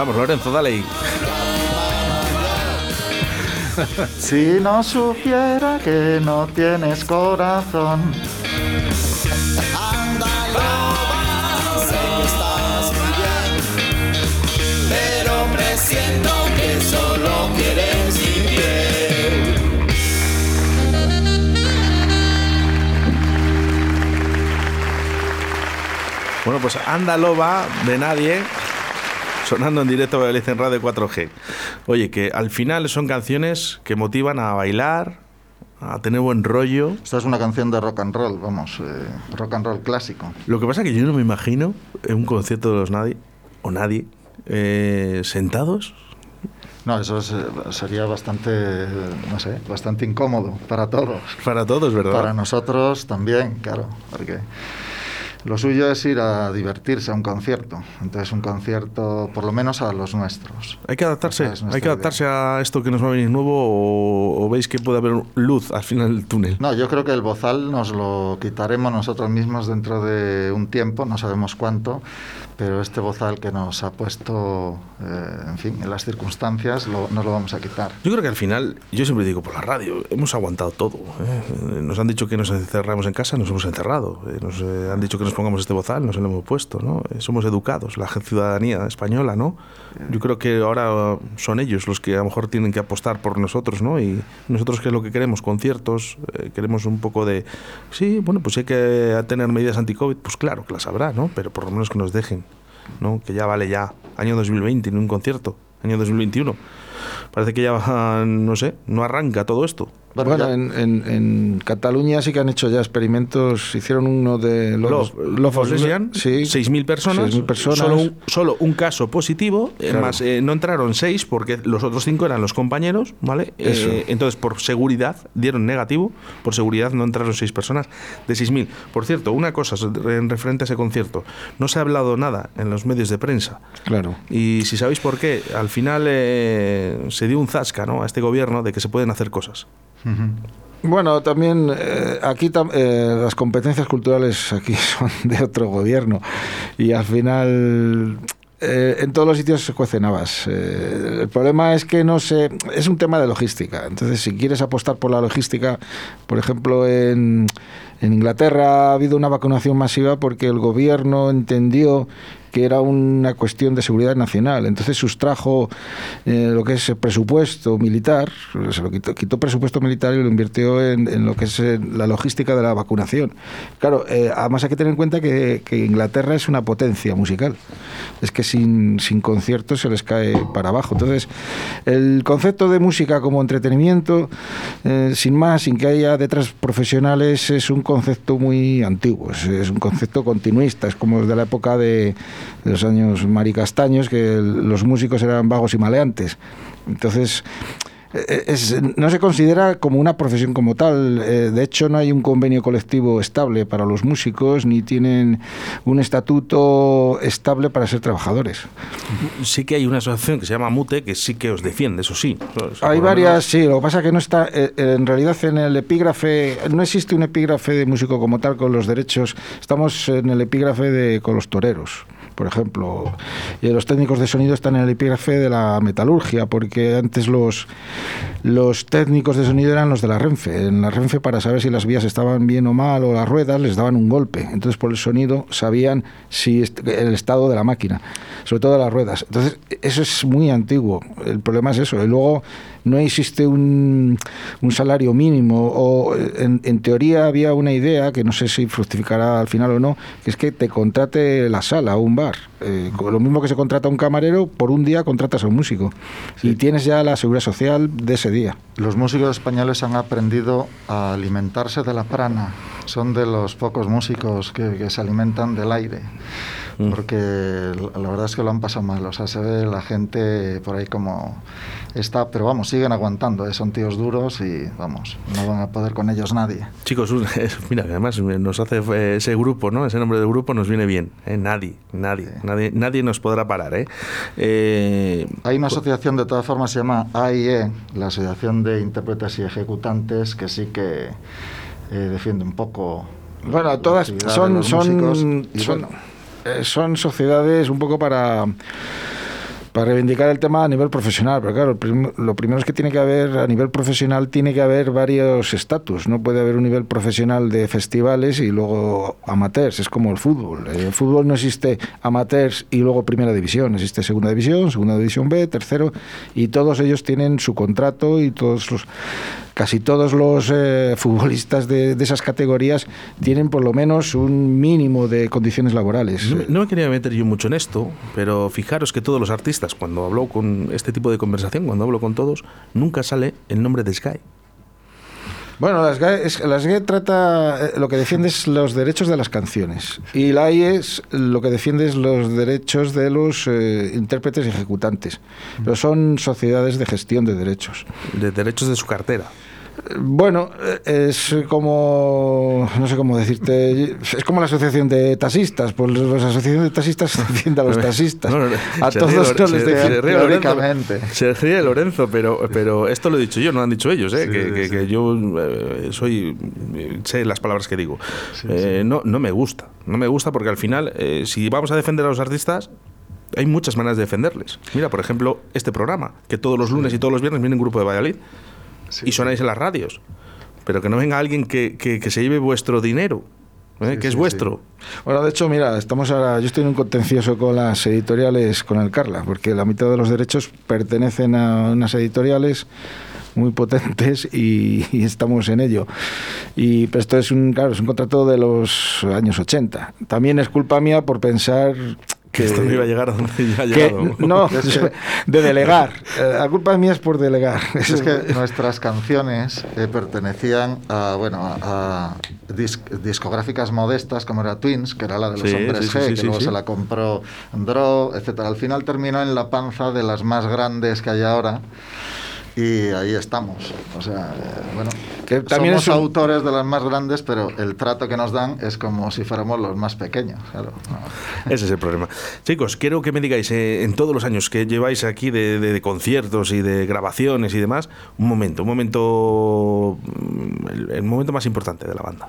Speaker 1: Vamos, Lorenzo, dale ahí.
Speaker 3: Si no supiera que no tienes corazón.
Speaker 4: Anda, loba, sé que estás muy bien, pero presiento que solo quieres mi piel.
Speaker 1: Bueno, pues Anda Loba, de Nadie, sonando en directo a en Radio cuatro G. Oye, que al final son canciones que motivan a bailar, a tener buen rollo.
Speaker 3: Esta es una canción de rock and roll, vamos, eh, rock and roll clásico.
Speaker 1: Lo que pasa es que yo no me imagino en un concierto de los Nadie, o Nadie, eh, sentados.
Speaker 3: No, eso es, sería bastante, no sé, bastante incómodo para todos.
Speaker 1: Para todos, ¿verdad?
Speaker 3: Para nosotros también, claro, porque lo suyo es ir a divertirse a un concierto. Entonces, un concierto, por lo menos a los nuestros.
Speaker 1: Hay que adaptarse, es hay que adaptarse idea. a esto que nos va a venir nuevo, o, o veis que puede haber luz al final del túnel.
Speaker 3: No, yo creo que el bozal nos lo quitaremos nosotros mismos dentro de un tiempo, no sabemos cuánto, pero este bozal que nos ha puesto, eh, en fin, en las circunstancias, lo, no lo vamos a quitar.
Speaker 1: Yo creo que al final, yo siempre digo por la radio, hemos aguantado todo. ¿eh? Nos han dicho que nos encerramos en casa, nos hemos encerrado. ¿eh? Nos eh, han dicho que nos pongamos este bozal, nos lo hemos puesto, ¿no? Somos educados, la ciudadanía española, ¿no? Yo creo que ahora son ellos los que a lo mejor tienen que apostar por nosotros, ¿no? Y nosotros, ¿qué es lo que queremos? Conciertos, eh, queremos un poco de... Sí, bueno, pues hay que tener medidas anti-COVID, pues claro que las habrá, ¿no? Pero por lo menos que nos dejen, ¿no? Que ya vale ya, año dos mil veinte, en un concierto, año dos mil veintiuno. Parece que ya, no sé, no arranca todo esto.
Speaker 2: Bueno, en, en, en Cataluña sí que han hecho ya experimentos. Hicieron uno de
Speaker 1: los Love of Lesbian, sí, seis mil personas, seis mil personas. Solo, un, solo un caso positivo, claro. Más eh, no entraron seis porque los otros cinco eran los compañeros, ¿vale? Eh, entonces, por seguridad, dieron negativo, por seguridad no entraron seis personas de seis mil. Por cierto, una cosa en referente a ese concierto, no se ha hablado nada en los medios de prensa.
Speaker 2: Claro.
Speaker 1: Y si sabéis por qué, al final eh, se dio un zasca, ¿no?, a este gobierno de que se pueden hacer cosas.
Speaker 2: Bueno, también eh, aquí tam eh, las competencias culturales aquí son de otro gobierno y al final eh, en todos los sitios se cuecen habas. Eh, el problema es que no se, es un tema de logística. Entonces, si quieres apostar por la logística, por ejemplo, en, en Inglaterra ha habido una vacunación masiva porque el gobierno entendió que era una cuestión de seguridad nacional. Entonces sustrajo eh, lo que es el presupuesto militar, se lo quitó, quitó presupuesto militar y lo invirtió en, en lo que es eh, la logística de la vacunación. Claro, eh, además hay que tener en cuenta que, que Inglaterra es una potencia musical. Es que sin, sin conciertos se les cae para abajo. Entonces, el concepto de música como entretenimiento, eh, sin más, sin que haya detrás profesionales, es un concepto muy antiguo, es, es un concepto continuista, es como de la época de de los años maricastaños, que el, los músicos eran vagos y maleantes. Entonces, es, no se considera como una profesión como tal. Eh, de hecho, no hay un convenio colectivo estable para los músicos, ni tienen un estatuto estable para ser trabajadores.
Speaker 1: Sí que hay una asociación que se llama MUTE, que sí que os defiende, eso sí. Eso
Speaker 2: hay varias, menos... sí, lo que pasa es que no está, eh, en realidad en el epígrafe, no existe un epígrafe de músico como tal con los derechos, estamos en el epígrafe de con los toreros, por ejemplo, y los técnicos de sonido están en el epígrafe de la metalurgia, porque antes los los técnicos de sonido eran los de la Renfe. En la Renfe, para saber si las vías estaban bien o mal, o las ruedas, les daban un golpe. Entonces, por el sonido sabían si el estado de la máquina, sobre todo de las ruedas. Entonces, eso es muy antiguo. El problema es eso. Y luego no existe un, un salario mínimo, o en, en teoría había una idea, que no sé si fructificará al final o no, que es que te contrate la sala o un bar. Eh, lo mismo que se contrata a un camarero, por un día contratas a un músico. Sí. Y tienes ya la seguridad social de ese día.
Speaker 3: Los músicos españoles han aprendido a alimentarse de la prana. Son de los pocos músicos que, que se alimentan del aire. Porque la verdad es que lo han pasado mal. O sea, se ve la gente por ahí como está, pero vamos, siguen aguantando, ¿eh? Son tíos duros y vamos, no van a poder con ellos nadie.
Speaker 1: Chicos, mira, además nos hace ese grupo, ¿no? Ese nombre del grupo nos viene bien, ¿eh? Nadie, nadie, sí. nadie, nadie nos podrá parar, ¿eh? Eh,
Speaker 3: Hay una asociación, de todas formas, se llama A I E, la Asociación de Intérpretes y Ejecutantes, que sí que eh, defiende un poco.
Speaker 2: Bueno, todas son son, son, son sociedades un poco para para reivindicar el tema a nivel profesional, pero claro, prim- lo primero es que tiene que haber, a nivel profesional, tiene que haber varios estatus. No puede haber un nivel profesional de festivales y luego amateurs, es como el fútbol. En el fútbol no existe amateurs y luego primera división, existe segunda división, segunda división B, tercero, y todos ellos tienen su contrato y todos los... Casi todos los eh, futbolistas de, de esas categorías tienen por lo menos un mínimo de condiciones laborales.
Speaker 1: No, no me quería meter yo mucho en esto, pero fijaros que todos los artistas, cuando hablo con este tipo de conversación, cuando hablo con todos, nunca sale el nombre de Sky.
Speaker 2: Bueno, la S G A E, es, la S G A E trata, lo que defiende es los derechos de las canciones, y la A I E es lo que defiende es los derechos de los eh, intérpretes y ejecutantes, pero son sociedades de gestión de derechos.
Speaker 1: De derechos de su cartera.
Speaker 2: Bueno, es como, no sé cómo decirte, es como la asociación de taxistas, pues la asociación de taxistas defiende a los taxistas. No, no, no. A
Speaker 1: se
Speaker 2: todos
Speaker 1: ríe,
Speaker 2: no les
Speaker 1: se, se ríe Lorenzo, se ríe Lorenzo, pero, pero esto lo he dicho yo, no lo han dicho ellos, ¿eh? Sí, que, que, sí. que yo eh, soy sé las palabras que digo. Sí, eh, sí. No, no me gusta, no me gusta porque al final, eh, si vamos a defender a los artistas, hay muchas maneras de defenderles. Mira, por ejemplo, este programa, que todos los lunes y todos los viernes viene un grupo de Valladolid. Sí, y sonáis en las radios, pero que no venga alguien que, que, que se lleve vuestro dinero, ¿eh? sí, que es sí, vuestro.
Speaker 2: Sí. Bueno, de hecho, mira, estamos ahora, yo estoy en un contencioso con las editoriales, con el Carla, porque la mitad de los derechos pertenecen a unas editoriales muy potentes y, y estamos en ello. Y pero esto es un, claro, es un contrato de los años ochenta. También es culpa mía por pensar
Speaker 1: que esto no iba a llegar a donde ya ha llegado.
Speaker 2: Que, no, es que, de delegar. La culpa mía es por delegar.
Speaker 3: Es que nuestras canciones eh, pertenecían a, bueno, a, a disc, discográficas modestas como era Twins, que era la de los sí, hombres sí, G, sí, que sí, luego sí. se la compró Draw, etcétera. Al final terminó en la panza de las más grandes que hay ahora. Y ahí estamos. O sea, eh, bueno, que también somos un... autores de las más grandes, pero el trato que nos dan es como si fuéramos los más pequeños. Claro, no.
Speaker 1: Ese es el problema. Chicos, quiero que me digáis, eh, en todos los años que lleváis aquí de, de, de conciertos y de grabaciones y demás, un momento, un momento, el, el momento más importante de la banda.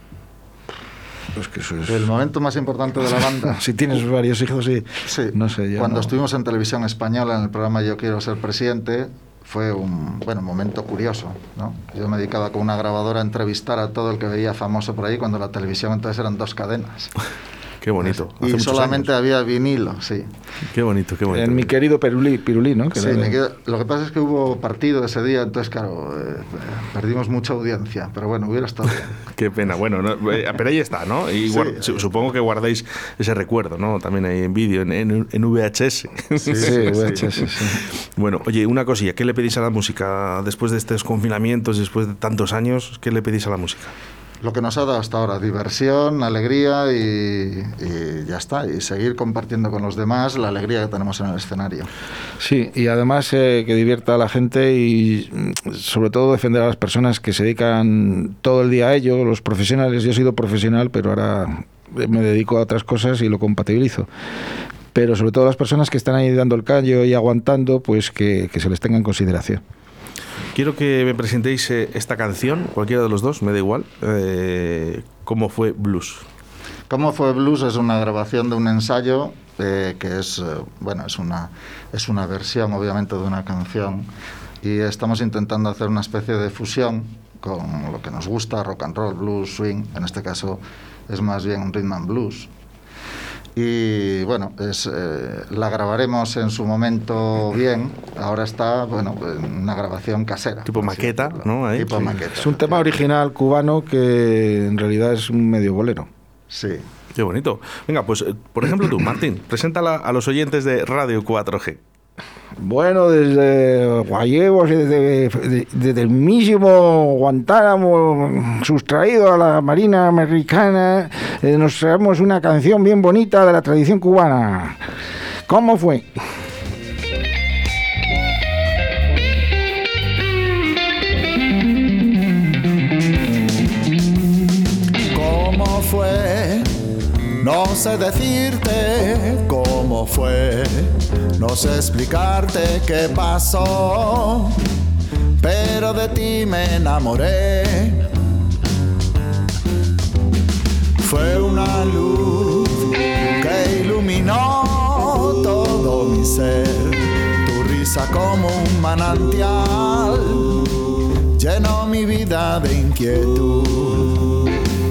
Speaker 3: Pues que eso es... El momento más importante de la banda.
Speaker 2: Si tienes varios hijos, sí.
Speaker 3: Sí.
Speaker 2: No sé, yo
Speaker 3: Cuando
Speaker 2: no...
Speaker 3: estuvimos en Televisión Española en el programa Yo Quiero Ser Presidente, fue un bueno momento curioso, ¿no? Yo me dedicaba con una grabadora a entrevistar a todo el que veía famoso por ahí, cuando la televisión entonces eran dos cadenas.
Speaker 1: Qué bonito.
Speaker 3: Hace y solamente años. Había vinilo, sí.
Speaker 1: Qué bonito, qué bonito.
Speaker 2: En mi querido Pirulí, Pirulí ¿no?
Speaker 3: Que sí, me quedo, lo que pasa es que hubo partido ese día, entonces, claro, eh, perdimos mucha audiencia, pero bueno, hubiera estado bien.
Speaker 1: Qué pena, bueno, no, pero ahí está, ¿no? Y sí, guard, sí. Supongo que guardáis ese recuerdo, ¿no? También ahí en vídeo, en, en, en V H S.
Speaker 2: Sí, sí, sí, V H S, sí.
Speaker 1: Bueno, oye, una cosilla, ¿qué le pedís a la música después de estos confinamientos, después de tantos años? ¿Qué le pedís a la música?
Speaker 3: Lo que nos ha dado hasta ahora, diversión, alegría y, y ya está, y seguir compartiendo con los demás la alegría que tenemos en el escenario.
Speaker 2: Sí, y además eh, que divierta a la gente y sobre todo defender a las personas que se dedican todo el día a ello, los profesionales. Yo he sido profesional, pero ahora me dedico a otras cosas y lo compatibilizo. Pero sobre todo las personas que están ahí dando el callo y aguantando, pues que, que se les tenga en consideración.
Speaker 1: Quiero que me presentéis eh, esta canción, cualquiera de los dos, me da igual. Eh, ¿Cómo fue Blues?
Speaker 3: ¿Cómo fue Blues? Es una grabación de un ensayo eh, que es, eh, bueno, es una, es una versión, obviamente, de una canción. Y estamos intentando hacer una especie de fusión con lo que nos gusta, rock and roll, blues, swing. En este caso es más bien un rhythm and blues. Y bueno, es, eh, la grabaremos en su momento bien. Ahora está, bueno, en una grabación casera.
Speaker 1: Tipo maqueta, ¿no? Ahí.
Speaker 3: Tipo
Speaker 1: sí.
Speaker 3: maqueta.
Speaker 2: Es un tema original cubano que en realidad es un medio bolero.
Speaker 3: Sí.
Speaker 1: Qué bonito. Venga, pues, por ejemplo tú, Martín, preséntala a los oyentes de Radio cuatro G.
Speaker 2: Bueno, desde Guayevos, desde, desde, desde el mismísimo Guantánamo, sustraído a la Marina Americana, eh, nos traemos una canción bien bonita de la tradición cubana. ¿Cómo fue?
Speaker 4: ¿Cómo fue? No sé decirte cómo fue, no sé explicarte qué pasó, pero de ti me enamoré. Fue una luz que iluminó todo mi ser. risa como un manantial llenó mi vida de inquietud.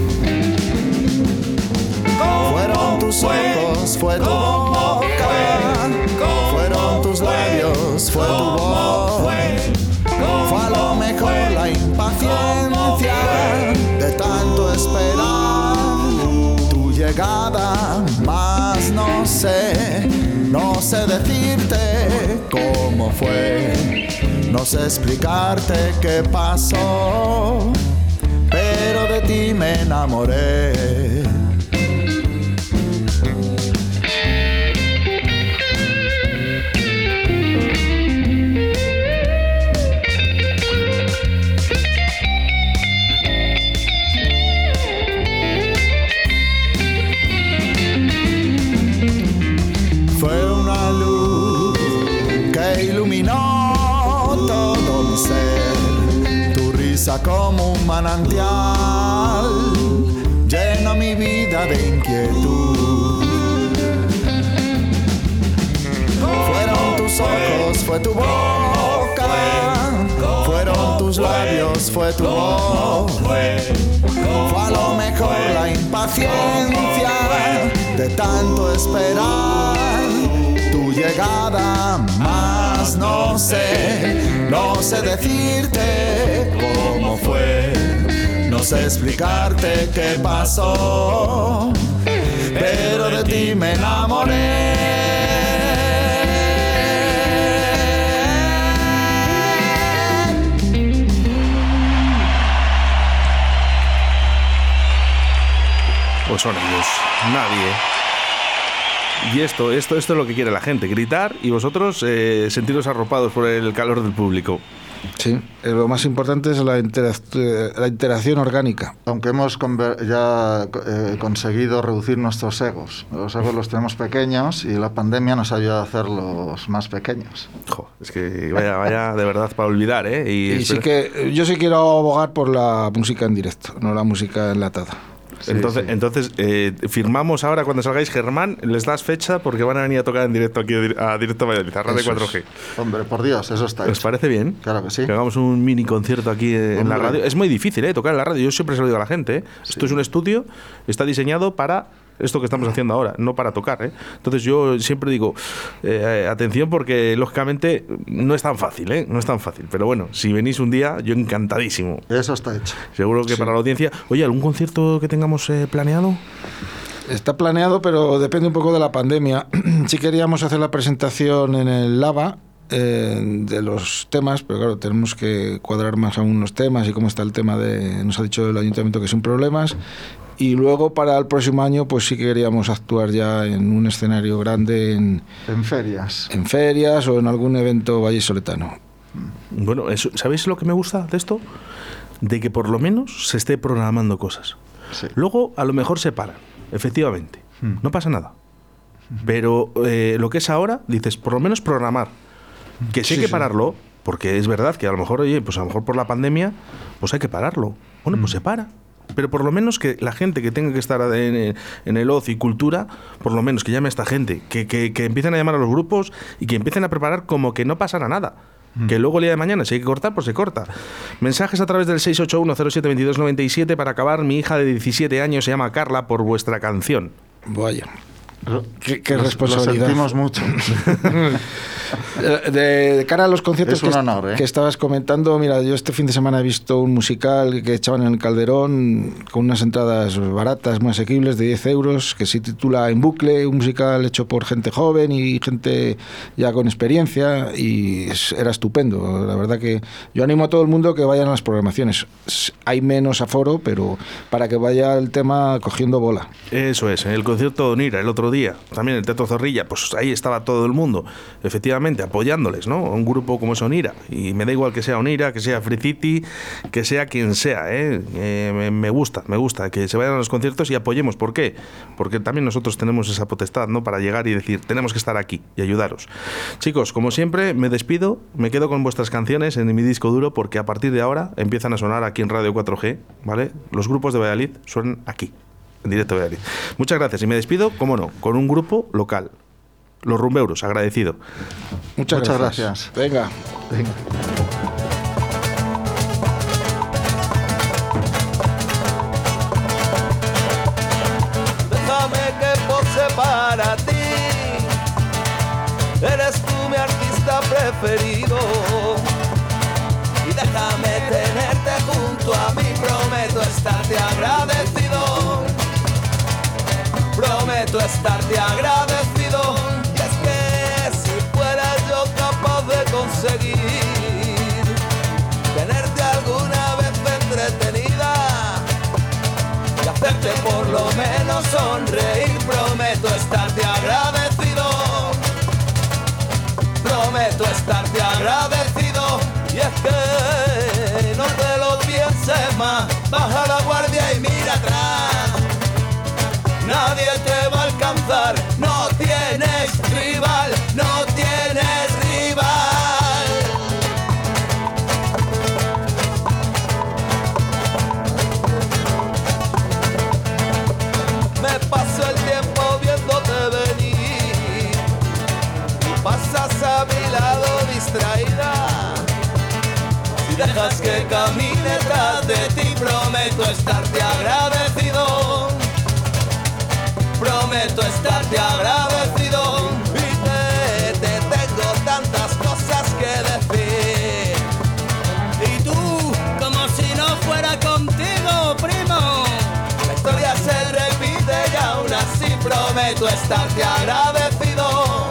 Speaker 4: Fueron tus ojos, fue tu boca, fueron tus labios, fue tu voz. Fue a lo mejor la impaciencia de tanto esperar tu llegada, mas no sé, no sé decirte cómo fue, no sé explicarte qué pasó, pero de ti me enamoré. Como un manantial llena mi vida de inquietud. Fueron tus ojos, fue tu boca, fueron tus labios, fue tu voz. Fue a lo mejor la impaciencia de tanto esperar tu llegada, mas no sé, no sé decirte cómo fue, no sé explicarte qué pasó, pero de ti me enamoré.
Speaker 1: Pues son ellos, nadie. Y esto, esto, esto es lo que quiere la gente, gritar y vosotros eh, sentiros arropados por el calor del público.
Speaker 2: Sí, lo más importante es la, interac- la interacción orgánica.
Speaker 3: Aunque hemos conver- ya eh, conseguido reducir nuestros egos. Los egos los tenemos pequeños y la pandemia nos ayuda a hacerlos más pequeños.
Speaker 1: Jo, es que vaya, vaya de verdad para olvidar, ¿eh? Y,
Speaker 2: y sí que yo sí quiero abogar por la música en directo, no la música enlatada.
Speaker 1: Sí, entonces, sí. entonces eh, firmamos ahora cuando salgáis, Germán, les das fecha porque van a venir a tocar en directo aquí a Directo Valladolid, a Radio cuatro G.
Speaker 3: Hombre, por Dios, eso está hecho.
Speaker 1: ¿Os parece bien?
Speaker 3: Claro que sí.
Speaker 1: Que hagamos un mini concierto aquí en Hombre. la radio. Es muy difícil, ¿eh? Tocar en la radio. Yo siempre se lo digo a la gente, ¿eh? Sí. Esto es un estudio, está diseñado para esto que estamos haciendo ahora, no para tocar, ¿eh? Entonces yo siempre digo, eh, atención porque lógicamente no es tan fácil, ¿eh? No es tan fácil, pero bueno, si venís un día, yo encantadísimo.
Speaker 3: Eso está hecho.
Speaker 1: Seguro que sí. Para la audiencia. Oye, ¿algún concierto que tengamos eh, planeado?
Speaker 2: Está planeado, pero depende un poco de la pandemia. Sí queríamos hacer la presentación en el Lava eh, de los temas, pero claro, tenemos que cuadrar más aún los temas y cómo está el tema de... Nos ha dicho el ayuntamiento que sin problemas. Y luego para el próximo año pues sí que queríamos actuar ya en un escenario grande en,
Speaker 3: en ferias
Speaker 2: en ferias o en algún evento vallisoletano.
Speaker 1: Bueno, eso, ¿sabéis lo que me gusta de esto? De que por lo menos se esté programando cosas. Sí. Luego a lo mejor se paran, efectivamente, hmm. no pasa nada. Pero eh, lo que es ahora, dices, por lo menos programar, que sí hay sí, que pararlo, sí. Porque es verdad que a lo mejor, oye, pues a lo mejor por la pandemia pues hay que pararlo. Bueno, hmm. pues se para. Pero por lo menos que la gente que tenga que estar en, en el ocio y cultura, por lo menos que llame a esta gente, que, que, que empiecen a llamar a los grupos y que empiecen a preparar como que no pasará nada. Mm. Que luego el día de mañana, si hay que cortar, pues se corta. Mensajes a través del seis ocho uno cero siete dos dos nueve siete para acabar. Mi hija de diecisiete años se llama Carla por vuestra canción.
Speaker 2: Vaya. Qué, qué responsabilidad.
Speaker 3: Lo sentimos mucho.
Speaker 2: de, de cara a los conciertos
Speaker 3: es un
Speaker 2: que,
Speaker 3: honor, ¿eh?
Speaker 2: que estabas comentando, mira, yo este fin de semana he visto un musical que echaban en el Calderón con unas entradas baratas, muy asequibles, de diez euros, que se titula En Bucle, un musical hecho por gente joven y gente ya con experiencia, y es, era estupendo. La verdad que yo animo a todo el mundo que vayan a las programaciones. Hay menos aforo, pero para que vaya el tema cogiendo bola.
Speaker 1: Eso es, en el concierto de Onira el otro día, también el Teatro Zorrilla, pues ahí estaba todo el mundo, efectivamente, apoyándoles, ¿no? Un grupo como es Onira, y me da igual que sea Onira, que sea Free City, que sea quien sea, ¿eh? Eh, me, me gusta, me gusta que se vayan a los conciertos y apoyemos. ¿Por qué? Porque también nosotros tenemos esa potestad, ¿no? Para llegar y decir, tenemos que estar aquí y ayudaros. Chicos, como siempre, me despido, me quedo con vuestras canciones en mi disco duro, porque a partir de ahora empiezan a sonar aquí en Radio cuatro G, ¿vale? Los grupos de Valladolid suenan aquí, en Directo Valladolid. Muchas gracias y me despido, cómo no, con un grupo local. Los Rumbeuros, agradecido.
Speaker 2: Muchas,
Speaker 3: Muchas
Speaker 2: gracias.
Speaker 3: gracias.
Speaker 2: Venga.
Speaker 3: Venga.
Speaker 14: Déjame que pose para ti. Eres tú mi artista preferido. Y déjame tenerte junto a mí. Prometo estarte agradecido. Prometo estarte agradecido. Y es que si fuera yo capaz de conseguir tenerte alguna vez entretenida y hacerte por lo menos sonreír, prometo estarte agradecido. Prometo estarte agradecido. Y es que no te lo pienses más, baja la guardia y mira atrás. Nadie te va a alcanzar, no tienes rival, no tienes rival. Me paso el tiempo viéndote venir y pasas a mi lado distraída. Si dejas que camine tras de ti, prometo estarte agradecido. Prometo estarte agradecido. Y te, te tengo tantas cosas que decir. Y tú, como si no fuera contigo, primo. La historia se repite y aún así prometo estarte agradecido.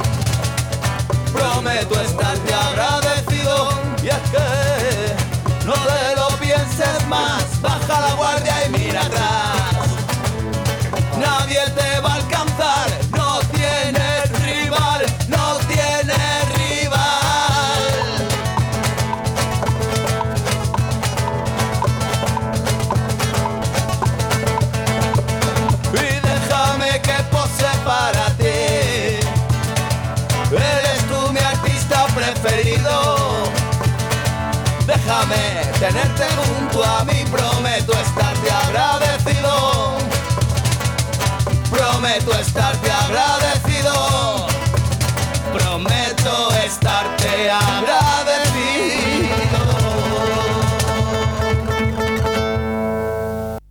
Speaker 14: Prometo estarte agradecido. Y es que no te lo pienses más, baja la guardia y mira atrás. Nadie te va a alcanzar, no tienes rival, no tienes rival. Y déjame que pose para ti. Eres tú mi artista preferido. Déjame tenerte junto a mí, prometo estarte agradecido. Prometo estarte agradecido.